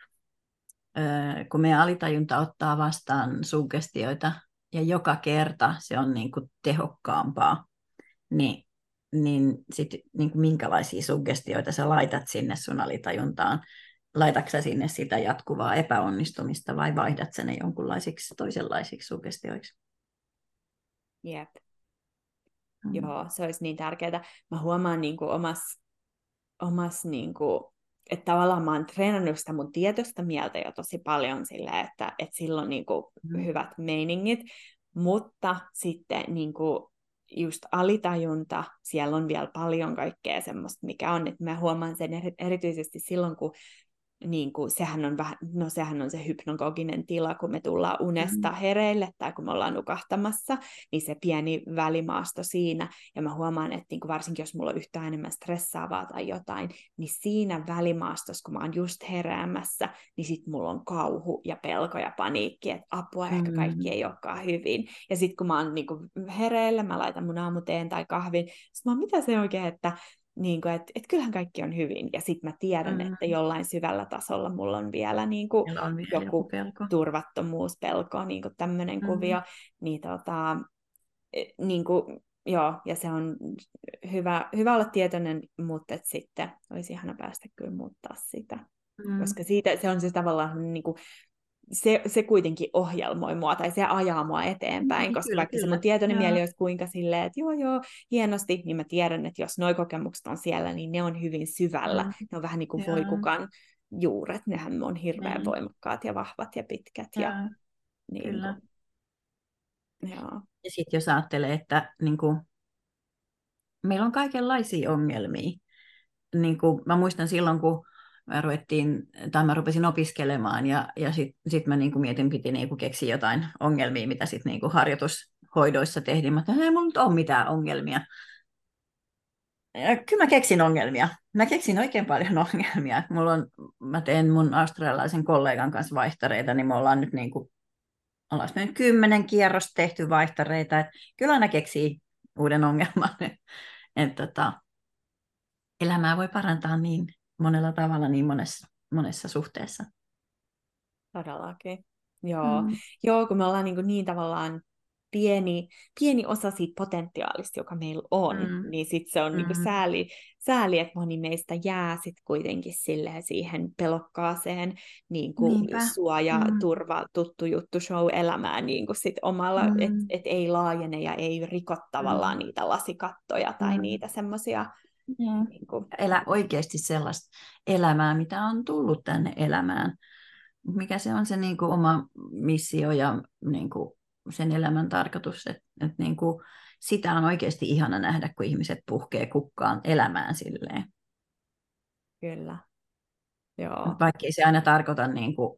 öö, kun meidän alitajunta ottaa vastaan suggestioita, ja joka kerta se on niin kuin tehokkaampaa, niin, niin sitten niin kuin minkälaisia suggestioita sä laitat sinne sun alitajuntaan? Laitatko sä sinne sitä jatkuvaa epäonnistumista vai vaihdat sä ne jonkunlaisiksi toisenlaisiksi suggestioiksi? Jep. Mm. Joo, se olisi niin tärkeää. Mä huomaan niin kuin omassa, omas, niin kuin, että tavallaan mä oon treenannut sitä mun tietoista mieltä jo tosi paljon silleen, että, että silloin niin kuin Mm. hyvät meiningit, mutta sitten niin kuin just alitajunta, siellä on vielä paljon kaikkea semmoista, mikä on, että mä huomaan sen erityisesti silloin, kun niin kuin, sehän on vähän, no sehän on se hypnagoginen tila, kun me tullaan unesta Mm. hereille tai kun me ollaan nukahtamassa, niin se pieni välimaasto siinä, ja mä huomaan, että niin kuin varsinkin jos mulla on yhtään enemmän stressaavaa tai jotain, niin siinä välimaastossa, kun mä oon just heräämässä, niin sit mulla on kauhu ja pelko ja paniikki, että apua, ehkä kaikki ei olekaan hyvin. Ja sit kun mä oon niin kuin hereillä, mä laitan mun aamuteen tai kahvin, sit mä oon, mitä se oikein, että niin kuin, että, että kyllähän kaikki on hyvin, ja sitten mä tiedän, Mm. että jollain syvällä tasolla mulla on vielä niin kuin Meillä on vielä joku joku pelko. turvattomuus, pelko, niin kuin tämmöinen Mm. kuvio, niin, tota, niin kuin, joo, ja se on hyvä, hyvä olla tietoinen, mutta et sitten olisi ihana päästä kyllä muuttaa sitä, Mm. koska siitä se on se tavallaan niin kuin, se, se kuitenkin ohjelmoi mua, tai se ajaa mua eteenpäin, Niin, koska kyllä, vaikka se kyllä. mun tietoinen Joo. mieli olisi kuinka silleen, että joo joo, hienosti, niin mä tiedän, että jos nuo kokemukset on siellä, niin ne on hyvin syvällä. Mm. Ne on vähän niin kuin Joo. voikukan juuret, nehän on hirveän Niin. voimakkaat ja vahvat ja pitkät. Joo, Ja, niin kyllä. kuin, joo. Ja sitten jos ajattelee, että niin kuin, meillä on kaikenlaisia ongelmia. Niin kuin, mä muistan silloin, kun mä, ruvettiin, tai mä rupesin opiskelemaan, ja, ja sitten sit mä niin kuin mietin, piti niin kuin keksiä jotain ongelmia, mitä sitten niin kuin harjoitushoidoissa tehdin. Mä ajattelin, ei mulla nyt ole mitään ongelmia. Ja kyllä mä keksin ongelmia. Mä keksin oikein paljon ongelmia. Mulla on, mä teen mun australialaisen kollegan kanssa vaihtareita, niin me ollaan nyt niin kuin, ollaan me nyt kymmenen kierrosta tehty vaihtareita. Et kyllä aina keksii uuden ongelman. Et, tota, elämää voi parantaa niin monella tavalla, niin monessa, monessa suhteessa. Todellakin. Joo. Mm. Joo, kun me ollaan niin, kuin niin tavallaan pieni, pieni osa siitä potentiaalista, joka meillä on, Mm. niin sitten se on Mm. niin kuin sääli, sääli, että moni meistä jää sit kuitenkin silleen siihen pelokkaaseen niin kuin Niinpä. suoja, Mm. turva, tuttu juttu show-elämään niin kuin sit omalla, Mm. että et ei laajene ja ei riko tavallaan Mm. niitä lasikattoja tai Mm. niitä semmoisia. Mm. Niin kuin... Elä oikeasti sellaista elämää, mitä on tullut tänne elämään. Mikä se on se niin kuin oma missio ja niin kuin sen elämän tarkoitus. Et, et niin kuin, sitä on oikeasti ihana nähdä, kun ihmiset puhkee kukkaan elämään silleen. Kyllä. Joo. Vaikkei se aina tarkoita niin kuin,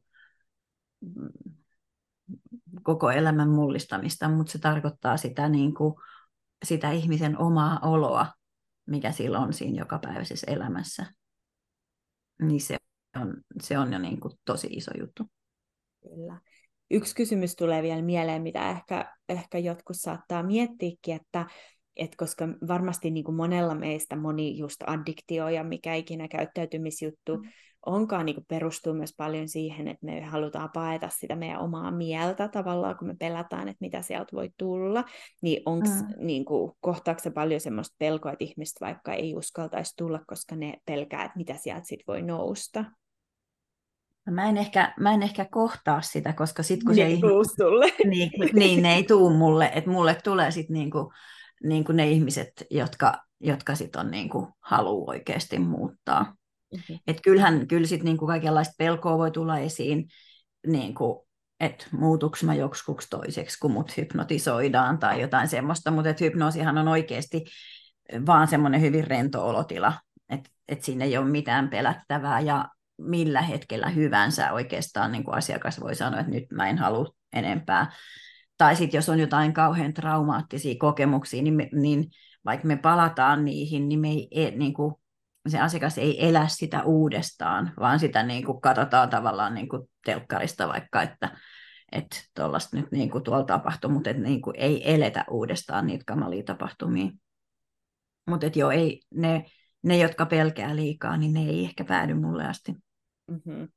koko elämän mullistamista, mutta se tarkoittaa sitä, niin kuin, sitä ihmisen omaa oloa, mikä sillä on siinä jokapäiväisessä elämässä. Niin se on, se on jo niin kuin tosi iso juttu. Kyllä. Yksi kysymys tulee vielä mieleen, mitä ehkä, ehkä jotkut saattaa miettiäkin, että, et koska varmasti niin kuin monella meistä moni just addiktio ja mikä ikinä käyttäytymisjuttu onkaan, niin kuin perustuu myös paljon siihen, että me halutaan paeta sitä meidän omaa mieltä tavallaan, kun me pelätään, että mitä sieltä voi tulla, niin onko Mm. niin kuin, kohtaako se paljon semmoista pelkoa, että ihmiset vaikka ei uskaltaisi tulla, koska ne pelkää, että mitä sieltä sit voi nousta? No Mä en ehkä, mä en ehkä kohtaa sitä, koska sitten kun Niin, se että ihminen, tuus sulle. niin, niin ne ei tuu mulle, että mulle tulee sitten niinku, niinku ne ihmiset, jotka, jotka sitten on niinku, haluu oikeasti muuttaa. Mhm. Et kyllähän kyllä sit niinku kaikenlaista pelkoa voi tulla esiin, niinku, että muutuks mä joksikuksi toiseksi, kun mut hypnotisoidaan tai jotain semmoista, mutta hypnoosihan on oikeasti vaan semmoinen hyvin rento olotila, että et siinä ei ole mitään pelättävää ja millä hetkellä hyvänsä oikeastaan niin kuin asiakas voi sanoa, että nyt mä en halua enempää. Tai sitten jos on jotain kauhean traumaattisia kokemuksia, niin, me, niin vaikka me palataan niihin, niin, me ei, e, niin kuin, se asiakas ei elä sitä uudestaan, vaan sitä niin kuin katsotaan tavallaan niin kuin telkkarista vaikka, että että tuollaista nyt niin kuin tuolla tapahtui, mutta et niin kuin ei eletä uudestaan niitä kamalia tapahtumia. Mutta joo, ei, ne, ne, jotka pelkää liikaa, niin ne ei ehkä päädy mulle asti. Mm-hmm.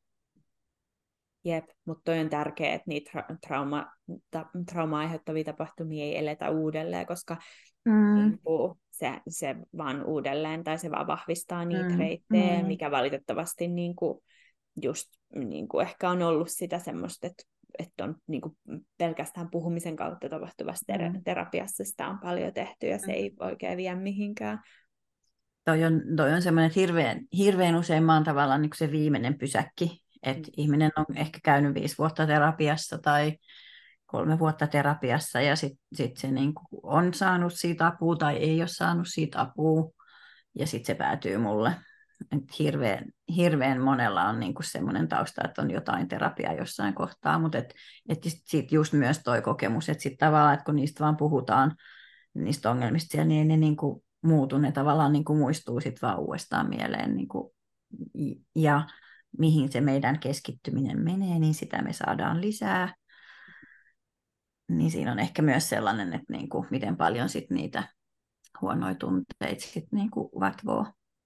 Jep, mutta toi on tärkeää, että niitä tra- trauma, ta- trauma aiheuttavia tapahtumia ei eletä uudelleen, koska Mm, niin kuin se, se vaan uudelleen tai se vaan vahvistaa niitä mm, reittejä, niin, mikä valitettavasti niin kuin just niin kuin ehkä on ollut sitä semmoista, että, että on niin kuin pelkästään puhumisen kautta tapahtuvassa ter- mm, terapiassa sitä on paljon tehty ja se mm. ei oikein vie mihinkään. Toi on, toi on semmoinen, että hirveän, hirveän usein mä oon tavallaan niin kuin se viimeinen pysäkki, että Mm. ihminen on ehkä käynyt viisi vuotta terapiassa tai kolme vuotta terapiassa ja sitten sit se niin kuin on saanut siitä apua tai ei ole saanut siitä apua ja sitten se päätyy mulle. Et hirveän, hirveän monella on niinku semmoinen tausta, että on jotain terapiaa jossain kohtaa, mutta et, et sitten just myös toi kokemus, että sitten tavallaan, että kun niistä vaan puhutaan, niistä ongelmista siellä, niin ei ne niinku muutu, ne tavallaan niinku muistuu sitten vaan uudestaan mieleen. Niinku, ja mihin se meidän keskittyminen menee, niin sitä me saadaan lisää. Niin siinä on ehkä myös sellainen, että niinku, miten paljon sit niitä huonoja tunteita sit niinku vatvoo.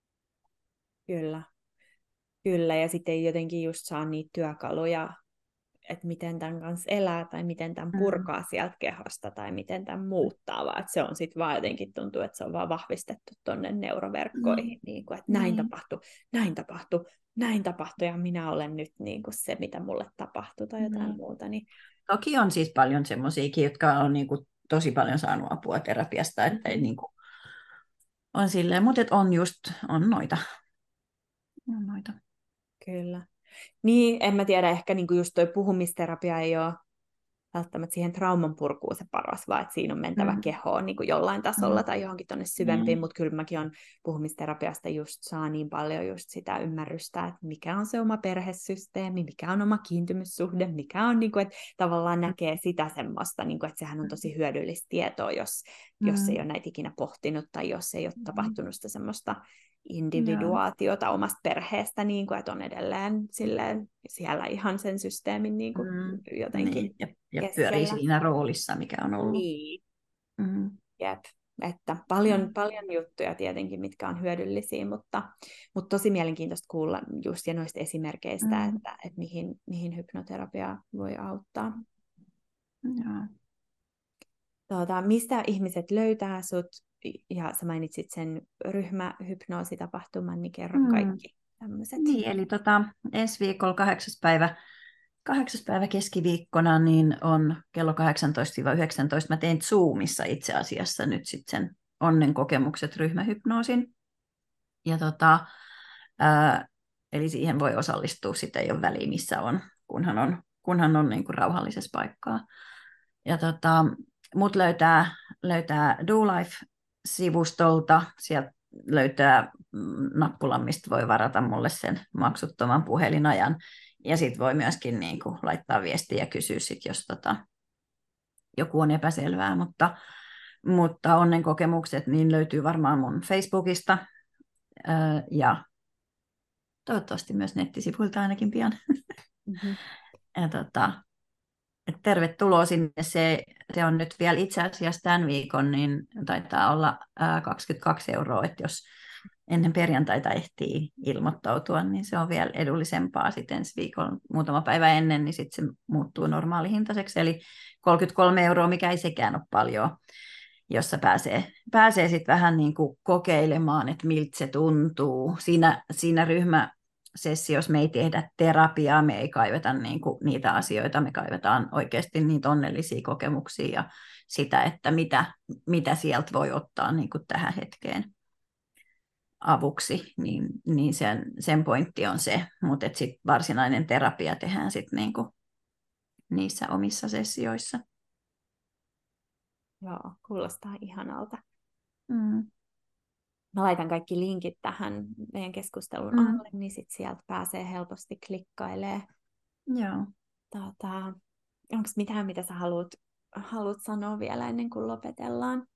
Kyllä, kyllä, ja sitten ei jotenkin just saa niitä työkaluja, että miten tämän kanssa elää tai miten tämän Mm. purkaa sieltä kehosta tai miten tämän muuttaa, vaan että se on sitten vaan jotenkin tuntuu, että se on vaan vahvistettu tuonne neuroverkkoihin, Niin. niin kuin, että näin Niin. tapahtui, näin tapahtui, näin tapahtui ja minä olen nyt niin kuin se, mitä mulle tapahtui tai jotain Niin. muuta. Niin... Toki on siis paljon semmoisiakin, jotka on niin kuin tosi paljon saanut apua terapiasta, että ei Mm-hmm. niin kuin, on silleen, mutta et on just, on noita. On noita. Kyllä. Niin, en mä tiedä, ehkä niinku just toi puhumisterapia ei ole välttämättä siihen trauman purkuun se paras, vaan että siinä on mentävä Mm. kehoon niin kuin jollain tasolla Mm. tai johonkin tuonne syvempiin, Niin. mutta kyllä mäkin on puhumisterapiasta just saa niin paljon just sitä ymmärrystä, että mikä on se oma perhesysteemi, mikä on oma kiintymyssuhde, mikä on, niin kuin, että tavallaan näkee sitä semmoista, niin kuin, että sehän on tosi hyödyllistä tietoa, jos, Mm. jos ei ole näitä ikinä pohtinut tai jos ei ole Mm. tapahtunut sitä semmoista Joo. individuaatiota omasta perheestä, niin kuin, että on edelleen silleen, siellä ihan sen systeemin niin kuin, Mm. jotenkin Niin. Ja, ja pyörii keskellä. siinä roolissa, mikä on ollut. Niin, Mm. jep. Että paljon, Mm. paljon juttuja tietenkin, mitkä on hyödyllisiä, mutta, mutta tosi mielenkiintoista kuulla just ja noista esimerkkeistä, Mm. että, että mihin, mihin hypnoterapia voi auttaa. Joo. Tuota, mistä ihmiset löytää sut, ja sä mainitsit sen ryhmähypnoositapahtuman, niin kerro Mm. kaikki tämmöiset. Niin, eli tota, ensi viikolla kahdeksas päivä, kahdeksas päivä keskiviikkona niin on kello kahdeksantoista yhdeksäntoista. Mä teen Zoomissa itse asiassa nyt sitten sen onnen kokemukset ryhmähypnoosin. Ja tota, ää, eli siihen voi osallistua, sitä ei ole väliä missä on, kunhan on, kunhan on niin kuin rauhallisessa paikkaa. Ja tota, mut löytää, löytää DoLife-sivustolta, sieltä löytää nappulan, mistä voi varata mulle sen maksuttoman puhelinajan. Ja sitten voi myöskin niin kuin, laittaa viestiä ja kysyä, sit, jos tota, joku on epäselvää. Mutta, mutta onnen kokemukset niin löytyy varmaan mun Facebookista ja toivottavasti myös nettisivuilta ainakin pian. Mm-hmm. Ja tota, et tervetuloa sinne. Se, se on nyt vielä itse asiassa tämän viikon, niin taitaa olla ää, kaksikymmentäkaksi euroa, että jos ennen perjantaita ehtii ilmoittautua, niin se on vielä edullisempaa sitten ensi viikon muutama päivä ennen, niin sitten se muuttuu normaalihintaiseksi, eli kolmekymmentäkolme euroa, mikä ei sekään ole paljon, jossa pääsee, pääsee sitten vähän niin kuin kokeilemaan, että miltä se tuntuu. Siinä, siinä ryhmäsessiossa me ei tehdä terapiaa, me ei kaiveta niin kuin niitä asioita, me kaivetaan oikeasti niitä onnellisia kokemuksia ja sitä, että mitä, mitä sieltä voi ottaa niin kuin tähän hetkeen avuksi, niin, niin sen, sen pointti on se, mutta sitten varsinainen terapia tehdään sitten niinku niissä omissa sessioissa. Joo, kuulostaa ihanalta. Mm. Mä laitan kaikki linkit tähän meidän keskustelun Mm. alle, niin sit sieltä pääsee helposti klikkailemaan. Joo. Tota, onko mitään, mitä sä haluat, haluat sanoa vielä ennen kuin lopetellaan?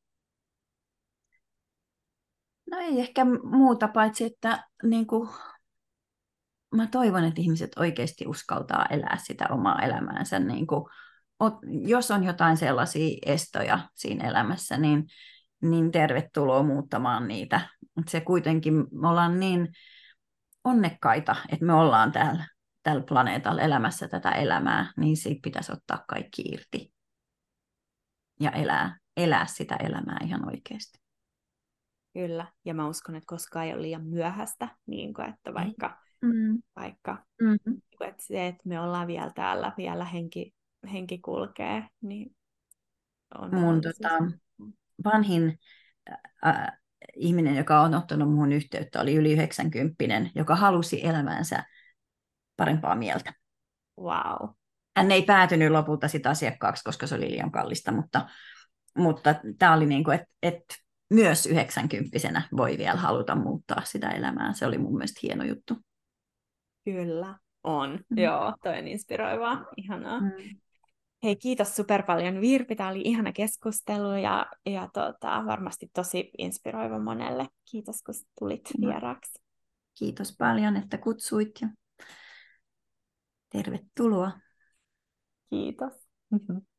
No ei ehkä muuta, paitsi että niin kuin, mä toivon, että ihmiset oikeasti uskaltaa elää sitä omaa elämäänsä. Niin kuin, jos on jotain sellaisia estoja siinä elämässä, niin, niin tervetuloa muuttamaan niitä. Se kuitenkin, me ollaan niin onnekkaita, että me ollaan täällä, tällä planeetalla elämässä tätä elämää, niin siitä pitäisi ottaa kaikki irti ja elää, elää sitä elämää ihan oikeasti. Kyllä, ja mä uskon, että koskaan ei ole liian myöhäistä, niin kuin, että vaikka, mm. vaikka mm-hmm. että se, että me ollaan vielä täällä, vielä henki, henki kulkee, niin on Mun tota, vanhin äh, ihminen, joka on ottanut muun yhteyttä, oli yli yhdeksänkymppinen, joka halusi elämäänsä parempaa mieltä. Wow. Hän ei päätynyt lopulta sitä asiakkaaksi, koska se oli liian kallista, mutta, mutta tämä oli niin kuin, että, että myös yhdeksänkymppisenä voi vielä haluta muuttaa sitä elämää. Se oli mun mielestä hieno juttu. Kyllä, on. Mm. Joo, toi on inspiroivaa. Ihanaa. Mm. Hei, kiitos super paljon Virpi. Tämä oli ihana keskustelu ja, ja tota, varmasti tosi inspiroiva monelle. Kiitos, kun tulit no. vieraaksi. Kiitos paljon, että kutsuit ja tervetuloa. Kiitos.